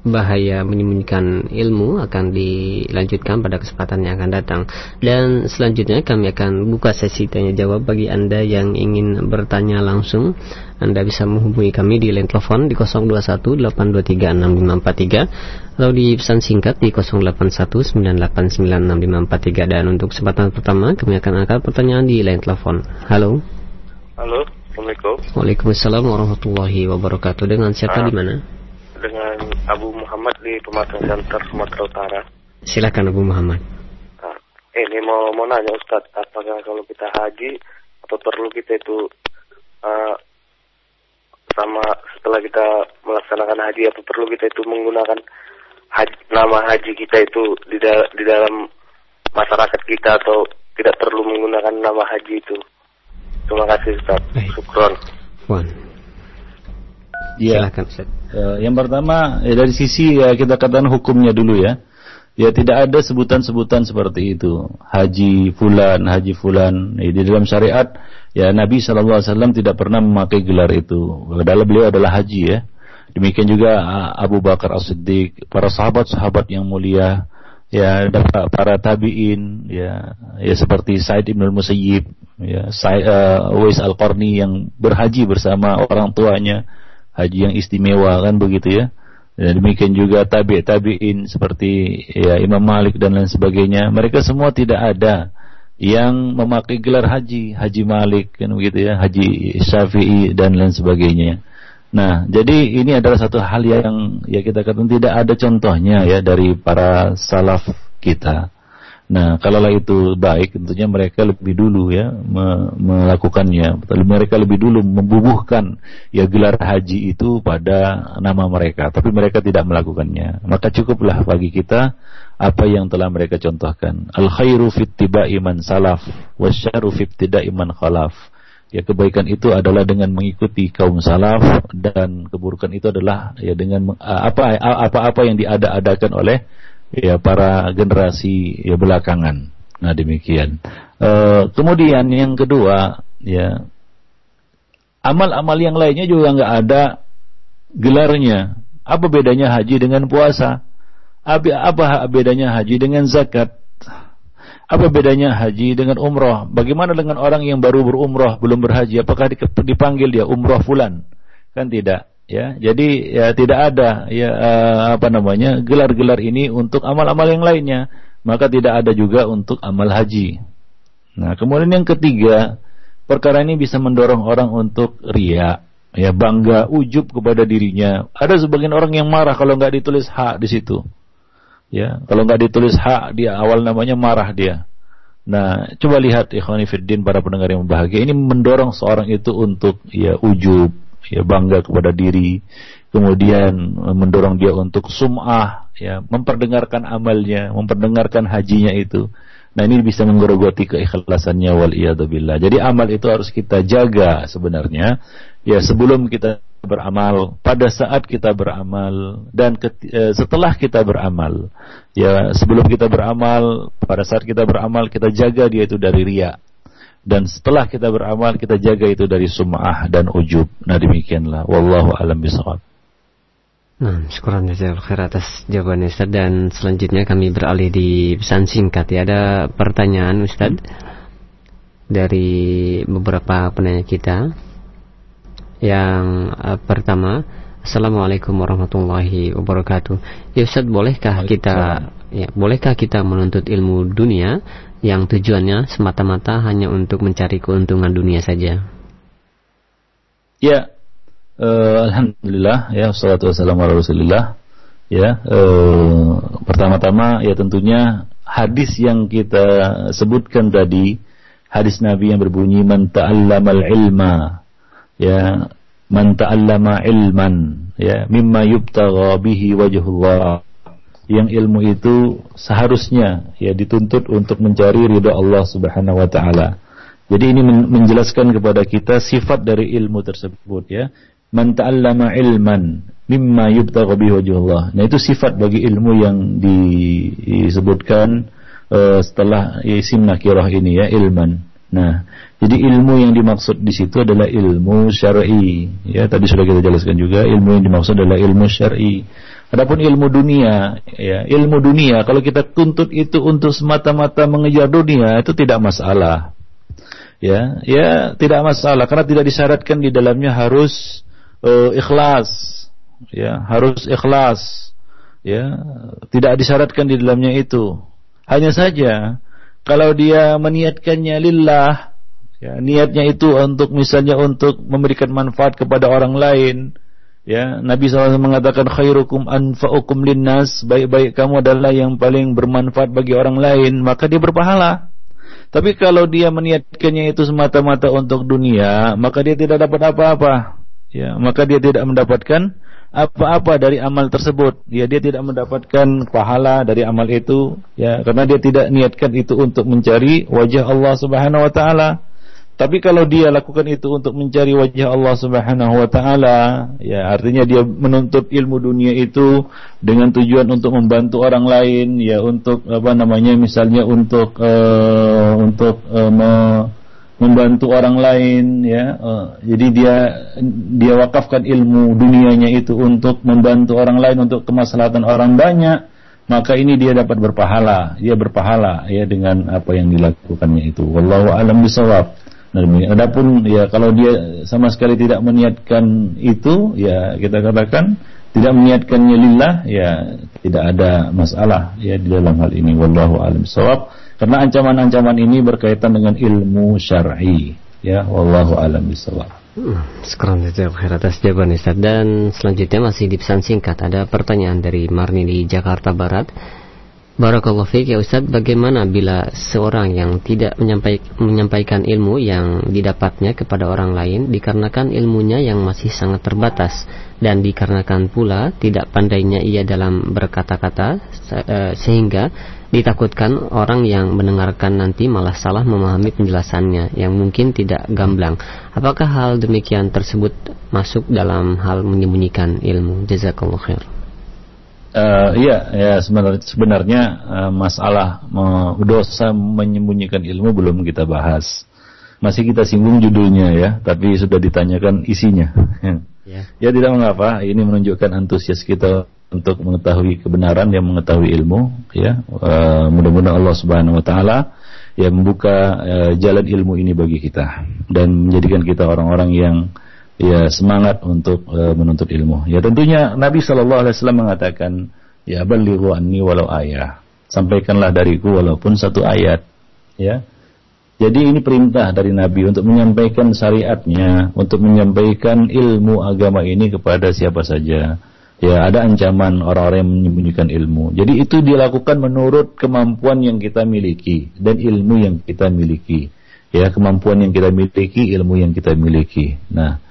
bahaya menyembunyikan ilmu akan dilanjutkan pada kesempatan yang akan datang. Dan selanjutnya kami akan buka sesi tanya jawab bagi Anda yang ingin bertanya langsung. Anda bisa menghubungi kami di line telepon di nol dua satu delapan dua tiga enam lima empat tiga atau di pesan singkat di nol delapan satu sembilan delapan sembilan enam lima empat tiga. Dan untuk kesempatan pertama kami akan angkat pertanyaan di line telepon. Halo. Halo, Assalamualaikum. Waalaikumsalam warahmatullahi wabarakatuh. Dengan siapa, di mana? Dengan Abu Muhammad di Pematang Siantar, Sumatera Utara. Silakan Abu Muhammad. Nah, ini mau mau nanya Ustaz, apakah kalau kita haji atau perlu kita itu uh, sama setelah kita melaksanakan haji, apa perlu kita itu menggunakan haji, nama haji kita itu di, da- di dalam masyarakat kita, atau tidak perlu menggunakan nama haji itu? Terima kasih Ustaz. Syukron. Wan. Ya. Silakan Ustaz. Uh, yang pertama ya, dari sisi ya, kita katakan hukumnya dulu ya. Ya tidak ada sebutan-sebutan seperti itu. Haji fulan, haji fulan. Ya, di dalam syariat ya Nabi shallallahu alaihi wasallam tidak pernah memakai gelar itu. Padahal beliau adalah haji ya. Demikian juga Abu Bakar As-Siddiq, para sahabat-sahabat yang mulia, ya para tabi'in, ya ya seperti Sa'id Ibn al-Musayyib, ya Sa'id, uh, Uwais Al-Qarni yang berhaji bersama orang tuanya, haji yang istimewa kan begitu ya. Dan demikian juga tabi' tabi'in seperti ya Imam Malik dan lain sebagainya. Mereka semua tidak ada yang memakai gelar haji, Haji Malik kan begitu ya, Haji Syafi'i dan lain sebagainya. Nah, jadi ini adalah satu hal yang ya kita katakan tidak ada contohnya ya dari para salaf kita. Nah, kalaulah itu baik, tentunya mereka lebih dulu ya me- melakukannya. Mereka lebih dulu membubuhkan ya gelar haji itu pada nama mereka, tapi mereka tidak melakukannya. Maka cukuplah bagi kita apa yang telah mereka contohkan. Al khairu fit tiba'i man salaf, wasyarru fit ibtida'i man khalaf. Ya, kebaikan itu adalah dengan mengikuti kaum salaf, dan keburukan itu adalah ya dengan apa apa-apa yang diada-adakan oleh ya para generasi ya belakangan. Nah, demikian. E, kemudian yang kedua, ya amal-amal yang lainnya juga nggak ada gelarnya. Apa bedanya haji dengan puasa? Apa, apa bedanya haji dengan zakat? Apa bedanya haji dengan umroh? Bagaimana dengan orang yang baru berumroh, belum berhaji? Apakah dipanggil dia umroh fulan? Kan tidak, ya. Jadi ya tidak ada ya uh, apa namanya gelar-gelar ini untuk amal-amal yang lainnya. Maka tidak ada juga untuk amal haji. Nah, kemudian yang ketiga, perkara ini bisa mendorong orang untuk riya, ya bangga, ujub kepada dirinya. Ada sebagian orang yang marah kalau nggak ditulis hak di situ. Ya, kalau nggak ditulis hak di awal namanya marah dia. Nah, coba lihat ikhwani fiddin, para pendengar yang berbahagia, ini mendorong seorang itu untuk ya ujub, ya bangga kepada diri, kemudian mendorong dia untuk sum'ah, ya memperdengarkan amalnya, memperdengarkan hajinya itu. Nah, ini bisa menggerogoti keikhlasannya, wal iyadu billah. Jadi amal itu harus kita jaga sebenarnya ya sebelum kita beramal, pada saat kita beramal, dan ket, eh, setelah kita beramal. Ya, sebelum kita beramal, pada saat kita beramal, kita jaga dia itu dari riya. Dan setelah kita beramal, kita jaga itu dari sum'ah dan ujub. Nah, demikianlah. Wallahu a'lam bishawab. Nah, syukuran jazakallahu khair atas jawabannya Ustaz. Dan selanjutnya kami beralih di pesan singkat. Ya, ada pertanyaan Ustaz dari beberapa penanya kita. Yang uh, pertama, Assalamualaikum warahmatullahi wabarakatuh. Ya Ustaz, bolehkah kita ya, bolehkah kita menuntut ilmu dunia yang tujuannya semata-mata hanya untuk mencari keuntungan dunia saja? Ya, uh, alhamdulillah ya, wassalatu wassalamu ala Rasulillah. Ya, uh, pertama-tama ya tentunya hadis yang kita sebutkan tadi, hadis Nabi yang berbunyi man ta'allamal ilma, ya man ta'allama ilman, ya mimma yubtagha bihi wajhullah, yang ilmu itu seharusnya ya dituntut untuk mencari ridha Allah Subhanahu wa taala. Jadi ini menjelaskan kepada kita sifat dari ilmu tersebut, ya man ta'allama ilman mimma yubtagha bihi wajhullah. Nah, itu sifat bagi ilmu yang disebutkan uh, setelah isim nakirah ini, ya ilman. Nah, jadi ilmu yang dimaksud di situ adalah ilmu syar'i. Ya, tadi sudah kita jelaskan juga, ilmu yang dimaksud adalah ilmu syar'i. Adapun ilmu dunia, ya, ilmu dunia kalau kita tuntut itu untuk semata-mata mengejar dunia itu tidak masalah. Ya, ya tidak masalah karena tidak disyaratkan di dalamnya harus uh, ikhlas. Ya, harus ikhlas. Ya, tidak disyaratkan di dalamnya itu. Hanya saja kalau dia meniatkannya lillah, ya, niatnya itu untuk misalnya untuk memberikan manfaat kepada orang lain. Ya, Nabi shallallahu alaihi wasallam mengatakan khairukum anfa'ukum linnas, baik-baik kamu adalah yang paling bermanfaat bagi orang lain, maka dia berpahala. Tapi kalau dia meniatkannya itu semata-mata untuk dunia, maka dia tidak dapat apa-apa. Ya, maka dia tidak mendapatkan apa-apa dari amal tersebut. Ya, dia tidak mendapatkan pahala dari amal itu, ya, karena dia tidak niatkan itu untuk mencari wajah Allah Subhanahu wa taala. Tapi kalau dia lakukan itu untuk mencari wajah Allah Subhanahu wa taala, ya artinya dia menuntut ilmu dunia itu dengan tujuan untuk membantu orang lain, ya untuk apa namanya misalnya untuk uh, untuk uh, me- membantu orang lain, ya. Uh, jadi dia dia wakafkan ilmu dunianya itu untuk membantu orang lain, untuk kemaslahatan orang banyak, maka ini dia dapat berpahala, dia berpahala ya dengan apa yang dilakukannya itu. Wallahu a'lam bishawab. Nah, adapun ya kalau dia sama sekali tidak meniatkan itu, ya kita katakan tidak meniatkannya lillah, ya tidak ada masalah ya di dalam hal ini. Wallahu a'lam bishawab. Karena ancaman-ancaman ini berkaitan dengan ilmu syar'i, ya. Wallahu a'lam bishawab. Hmm, sekarang itu atas jawaban Ustaz. Dan selanjutnya masih di pesan singkat ada pertanyaan dari Marni di Jakarta Barat. Barakallahu fiik ya Ustaz, bagaimana bila seorang yang tidak menyampaik, menyampaikan ilmu yang didapatnya kepada orang lain dikarenakan ilmunya yang masih sangat terbatas dan dikarenakan pula tidak pandainya ia dalam berkata-kata sehingga ditakutkan orang yang mendengarkan nanti malah salah memahami penjelasannya yang mungkin tidak gamblang. Apakah hal demikian tersebut masuk dalam hal menyembunyikan ilmu? Jazakallahu khair. Uh, iya, ya sebenarnya, sebenarnya uh, masalah uh, dosa menyembunyikan ilmu belum kita bahas. Masih kita singgung judulnya ya, tapi sudah ditanyakan isinya. Yeah. Ya tidak mengapa, ini menunjukkan antusias kita untuk mengetahui kebenaran, yang mengetahui ilmu. Ya, uh, mudah-mudahan Allah Subhanahu Wa Taala ya membuka uh, jalan ilmu ini bagi kita dan menjadikan kita orang-orang yang ya semangat untuk uh, menuntut ilmu. Ya tentunya Nabi shallallahu alaihi wasallam mengatakan, ya balighu anni walau ayah. Sampaikanlah dariku walaupun satu ayat. Ya. Jadi ini perintah dari Nabi untuk menyampaikan syariatnya, untuk menyampaikan ilmu agama ini kepada siapa saja. Ya, ada ancaman orang-orang yang menyembunyikan ilmu. Jadi itu dilakukan menurut kemampuan yang kita miliki dan ilmu yang kita miliki. Ya, kemampuan yang kita miliki, ilmu yang kita miliki. Nah,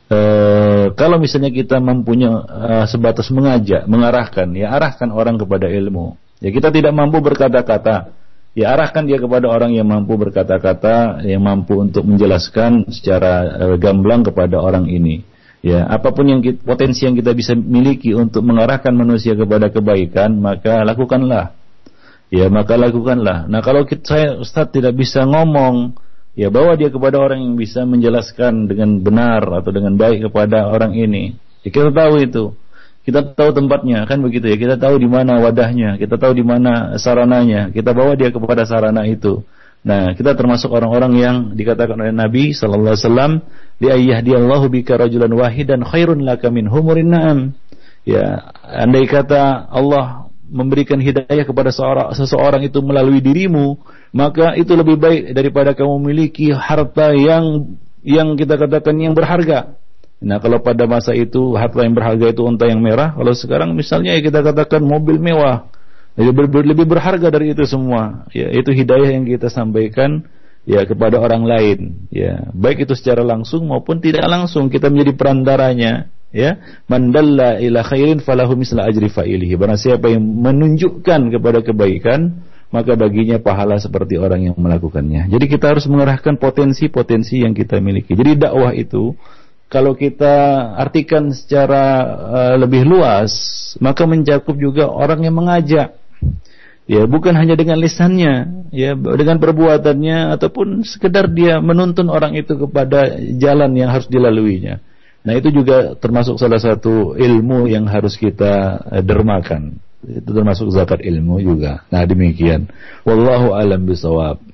Uh, kalau misalnya kita mempunyai uh, sebatas mengajak, mengarahkan, ya arahkan orang kepada ilmu. Ya kita tidak mampu berkata-kata, ya arahkan dia kepada orang yang mampu berkata-kata, yang mampu untuk menjelaskan secara uh, gamblang kepada orang ini. Ya apapun yang kita, potensi yang kita bisa miliki untuk mengarahkan manusia kepada kebaikan, maka lakukanlah. Ya maka lakukanlah. Nah kalau kita, saya Ustaz tidak bisa ngomong, ya bawa dia kepada orang yang bisa menjelaskan dengan benar atau dengan baik kepada orang ini. Ya, kita tahu itu, kita tahu tempatnya, kan begitu ya. Kita tahu di mana wadahnya, kita tahu di mana sarananya. Kita bawa dia kepada sarana itu. Nah, kita termasuk orang-orang yang dikatakan oleh Nabi Sallallahu Alaihi Wasallam, li ayyahdiyallahu bika rajulan wahidan khairun laka min humurin na'am. Ya, andai kata Allah memberikan hidayah kepada seorang, seseorang itu melalui dirimu, maka itu lebih baik daripada kamu memiliki harta yang yang kita katakan yang berharga. Nah kalau pada masa itu harta yang berharga itu unta yang merah, kalau sekarang misalnya kita katakan mobil mewah, lebih, lebih berharga dari itu semua. Ya, itu hidayah yang kita sampaikan ya kepada orang lain. Ya, baik itu secara langsung maupun tidak langsung, kita menjadi perantaranya. Ya, man dalla ila khairin falahu misla ajri fa'ilihi. Barang siapa yang menunjukkan kepada kebaikan, maka baginya pahala seperti orang yang melakukannya. Jadi kita harus mengerahkan potensi-potensi yang kita miliki. Jadi dakwah itu kalau kita artikan secara uh, lebih luas, maka mencakup juga orang yang mengajak. Ya, bukan hanya dengan lisannya, ya, dengan perbuatannya ataupun sekedar dia menuntun orang itu kepada jalan yang harus dilaluinya. Nah itu juga termasuk salah satu ilmu yang harus kita dermakan. Itu termasuk zakat ilmu juga. Nah demikian. Wallahu a'lam bishawab.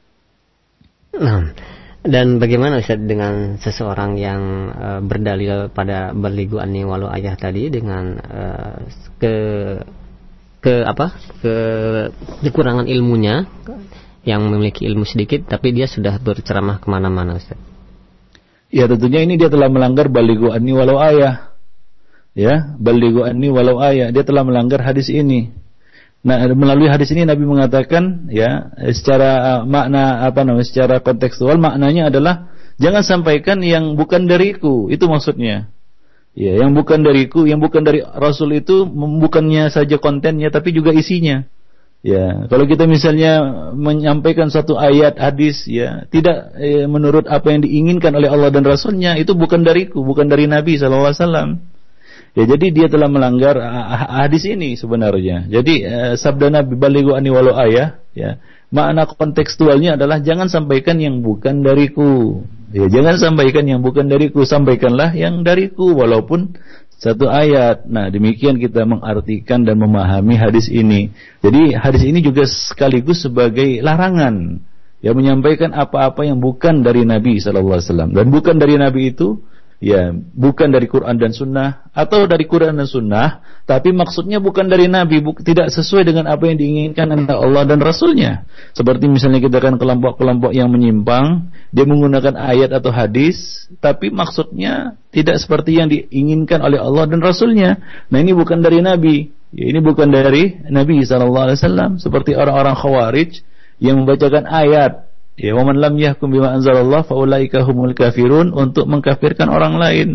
Nah, dan bagaimana Ustaz dengan seseorang yang uh, berdalil pada baligu anni walau ayah tadi dengan uh, ke ke apa? ke kekurangan ilmunya, yang memiliki ilmu sedikit tapi dia sudah berceramah kemana-mana Ustaz? Ya tentunya ini dia telah melanggar baligu anni walau ayah. Ya, baligu anni walau ayah, dia telah melanggar hadis ini. Nah, melalui hadis ini Nabi mengatakan ya, secara uh, makna apa namanya, secara kontekstual maknanya adalah jangan sampaikan yang bukan dariku, itu maksudnya. Ya, yang bukan dariku, yang bukan dari Rasul itu bukannya saja kontennya tapi juga isinya. Ya, kalau kita misalnya menyampaikan satu ayat hadis ya tidak eh, menurut apa yang diinginkan oleh Allah dan Rasulnya, itu bukan dariku, bukan dari Nabi sallallahu alaihi wasallam. Ya, jadi dia telah melanggar hadis ini sebenarnya. Jadi eh, sabda Nabi balighu anni walau ayah, ya, makna kontekstualnya adalah jangan sampaikan yang bukan dariku. Ya, jangan sampaikan yang bukan dariku, sampaikanlah yang dariku walaupun satu ayat. Nah, demikian kita mengartikan dan memahami hadis ini. Jadi hadis ini juga sekaligus sebagai larangan, ya, menyampaikan apa-apa yang bukan dari Nabi sallallahu alaihi wasallam. Dan bukan dari Nabi itu ya bukan dari Quran dan Sunnah, atau dari Quran dan Sunnah tapi maksudnya bukan dari Nabi, bu- tidak sesuai dengan apa yang diinginkan oleh Allah dan Rasulnya. Seperti misalnya kita kan kelompok-kelompok yang menyimpang, dia menggunakan ayat atau hadis tapi maksudnya tidak seperti yang diinginkan oleh Allah dan Rasulnya. Nah ini bukan dari Nabi, ya, ini bukan dari Nabi sallallahu alaihi wasallam. Seperti orang-orang Khawarij yang membacakan ayat, ya, wa man lam yahkum bima anzalallah fa ulaika humul kafirun, untuk mengkafirkan orang lain,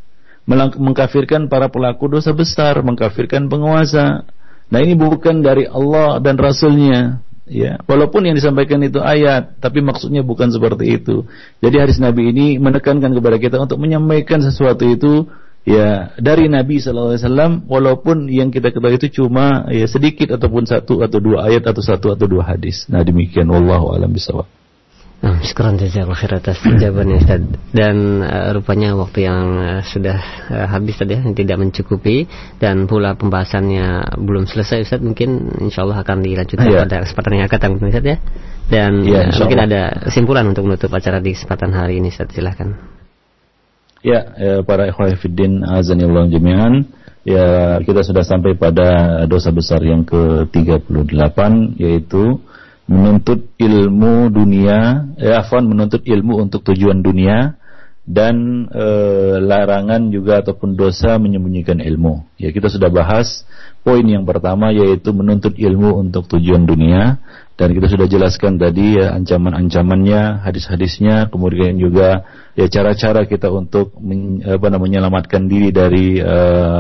mengkafirkan para pelaku dosa besar, mengkafirkan penguasa. Nah ini bukan dari Allah dan Rasulnya, ya, walaupun yang disampaikan itu ayat tapi maksudnya bukan seperti itu. Jadi hadis Nabi ini menekankan kepada kita untuk menyampaikan sesuatu itu ya dari Nabi sallallahu alaihi wasallam, walaupun yang kita ketahui itu cuma ya sedikit ataupun satu atau dua ayat atau satu atau dua hadis. Nah demikian, wallahu a'lam bishawab. Nah, sekarang jazakallahu khair atas jawabannya Ustaz. Dan uh, rupanya waktu yang uh, sudah uh, habis tadi, yang tidak mencukupi, dan pula pembahasannya belum selesai Ustaz. Mungkin insyaallah akan dilanjutkan yeah. pada kesempatan yang akan datang Ustaz ya. Dan yeah, uh, mungkin ada kesimpulan untuk menutup acara di kesempatan hari ini Ustaz, silakan. Ya, ya para ikhwah fiddin azanillahu jami'an. Ya, kita sudah sampai pada dosa besar yang ke tiga puluh delapan, yaitu menuntut ilmu dunia, ya afwan, menuntut ilmu untuk tujuan dunia, dan e, larangan juga ataupun dosa menyembunyikan ilmu. Ya, kita sudah bahas poin yang pertama, yaitu menuntut ilmu untuk tujuan dunia, dan kita sudah jelaskan tadi ya ancaman-ancamannya, hadis-hadisnya, kemudian juga ya cara-cara kita untuk men, apa namanya, menyelamatkan diri dari e,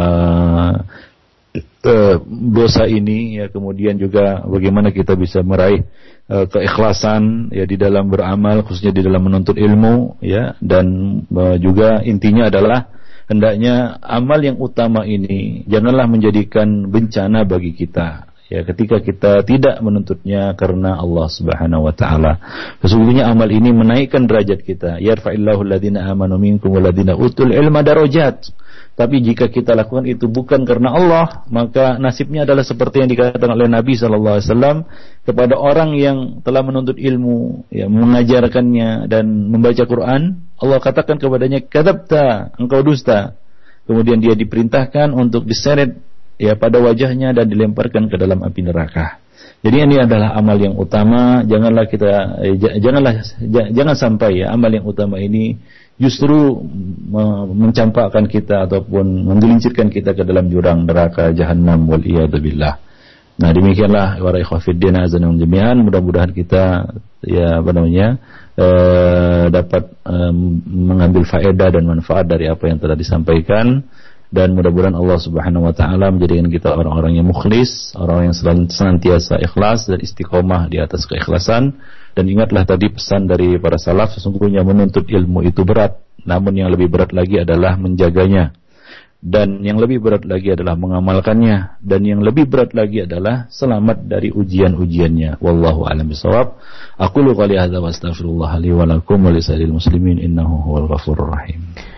Uh, dosa ini, ya, kemudian juga bagaimana kita bisa meraih uh, keikhlasan ya di dalam beramal, khususnya di dalam menuntut ilmu, ya, dan uh, juga intinya adalah hendaknya amal yang utama ini janganlah menjadikan bencana bagi kita, ya, ketika kita tidak menuntutnya karena Allah Subhanahu wa taala. Sesungguhnya amal ini menaikkan derajat kita. Yarfa'illahu alladziina aamanu minkum walladziina utul ilma darajat. Tapi jika kita lakukan itu bukan karena Allah, maka nasibnya adalah seperti yang dikatakan oleh Nabi sallallahu alaihi wasallam kepada orang yang telah menuntut ilmu, ya, mengajarkannya dan membaca Quran. Allah katakan kepadanya, kadzabta, engkau dusta. Kemudian dia diperintahkan untuk diseret, ya, pada wajahnya dan dilemparkan ke dalam api neraka. Jadi ini adalah amal yang utama. Janganlah kita, eh, janganlah, jangan sampai ya amal yang utama ini justru mencampakkan kita ataupun menggelincirkan kita ke dalam jurang neraka jahanam, wal iyadu billah. Nah demikianlah para ikhwah fiddin azanum jami'an, mudah-mudahan kita ya apa namanya eh, dapat eh, mengambil faedah dan manfaat dari apa yang telah disampaikan, dan mudah-mudahan Allah Subhanahu wa taala menjadikan kita orang-orang yang mukhlis, orang yang senantiasa ikhlas dan istiqomah di atas keikhlasan. Dan ingatlah tadi pesan dari para salaf, sesungguhnya menuntut ilmu itu berat, namun yang lebih berat lagi adalah menjaganya, dan yang lebih berat lagi adalah mengamalkannya, dan yang lebih berat lagi adalah selamat dari ujian-ujiannya. Wallahu a'lam bishawab. Aqulu qouli hadza wa astaghfirullah li wa lakum wa lisa'iril muslimin innahu huwal ghafurur rahim.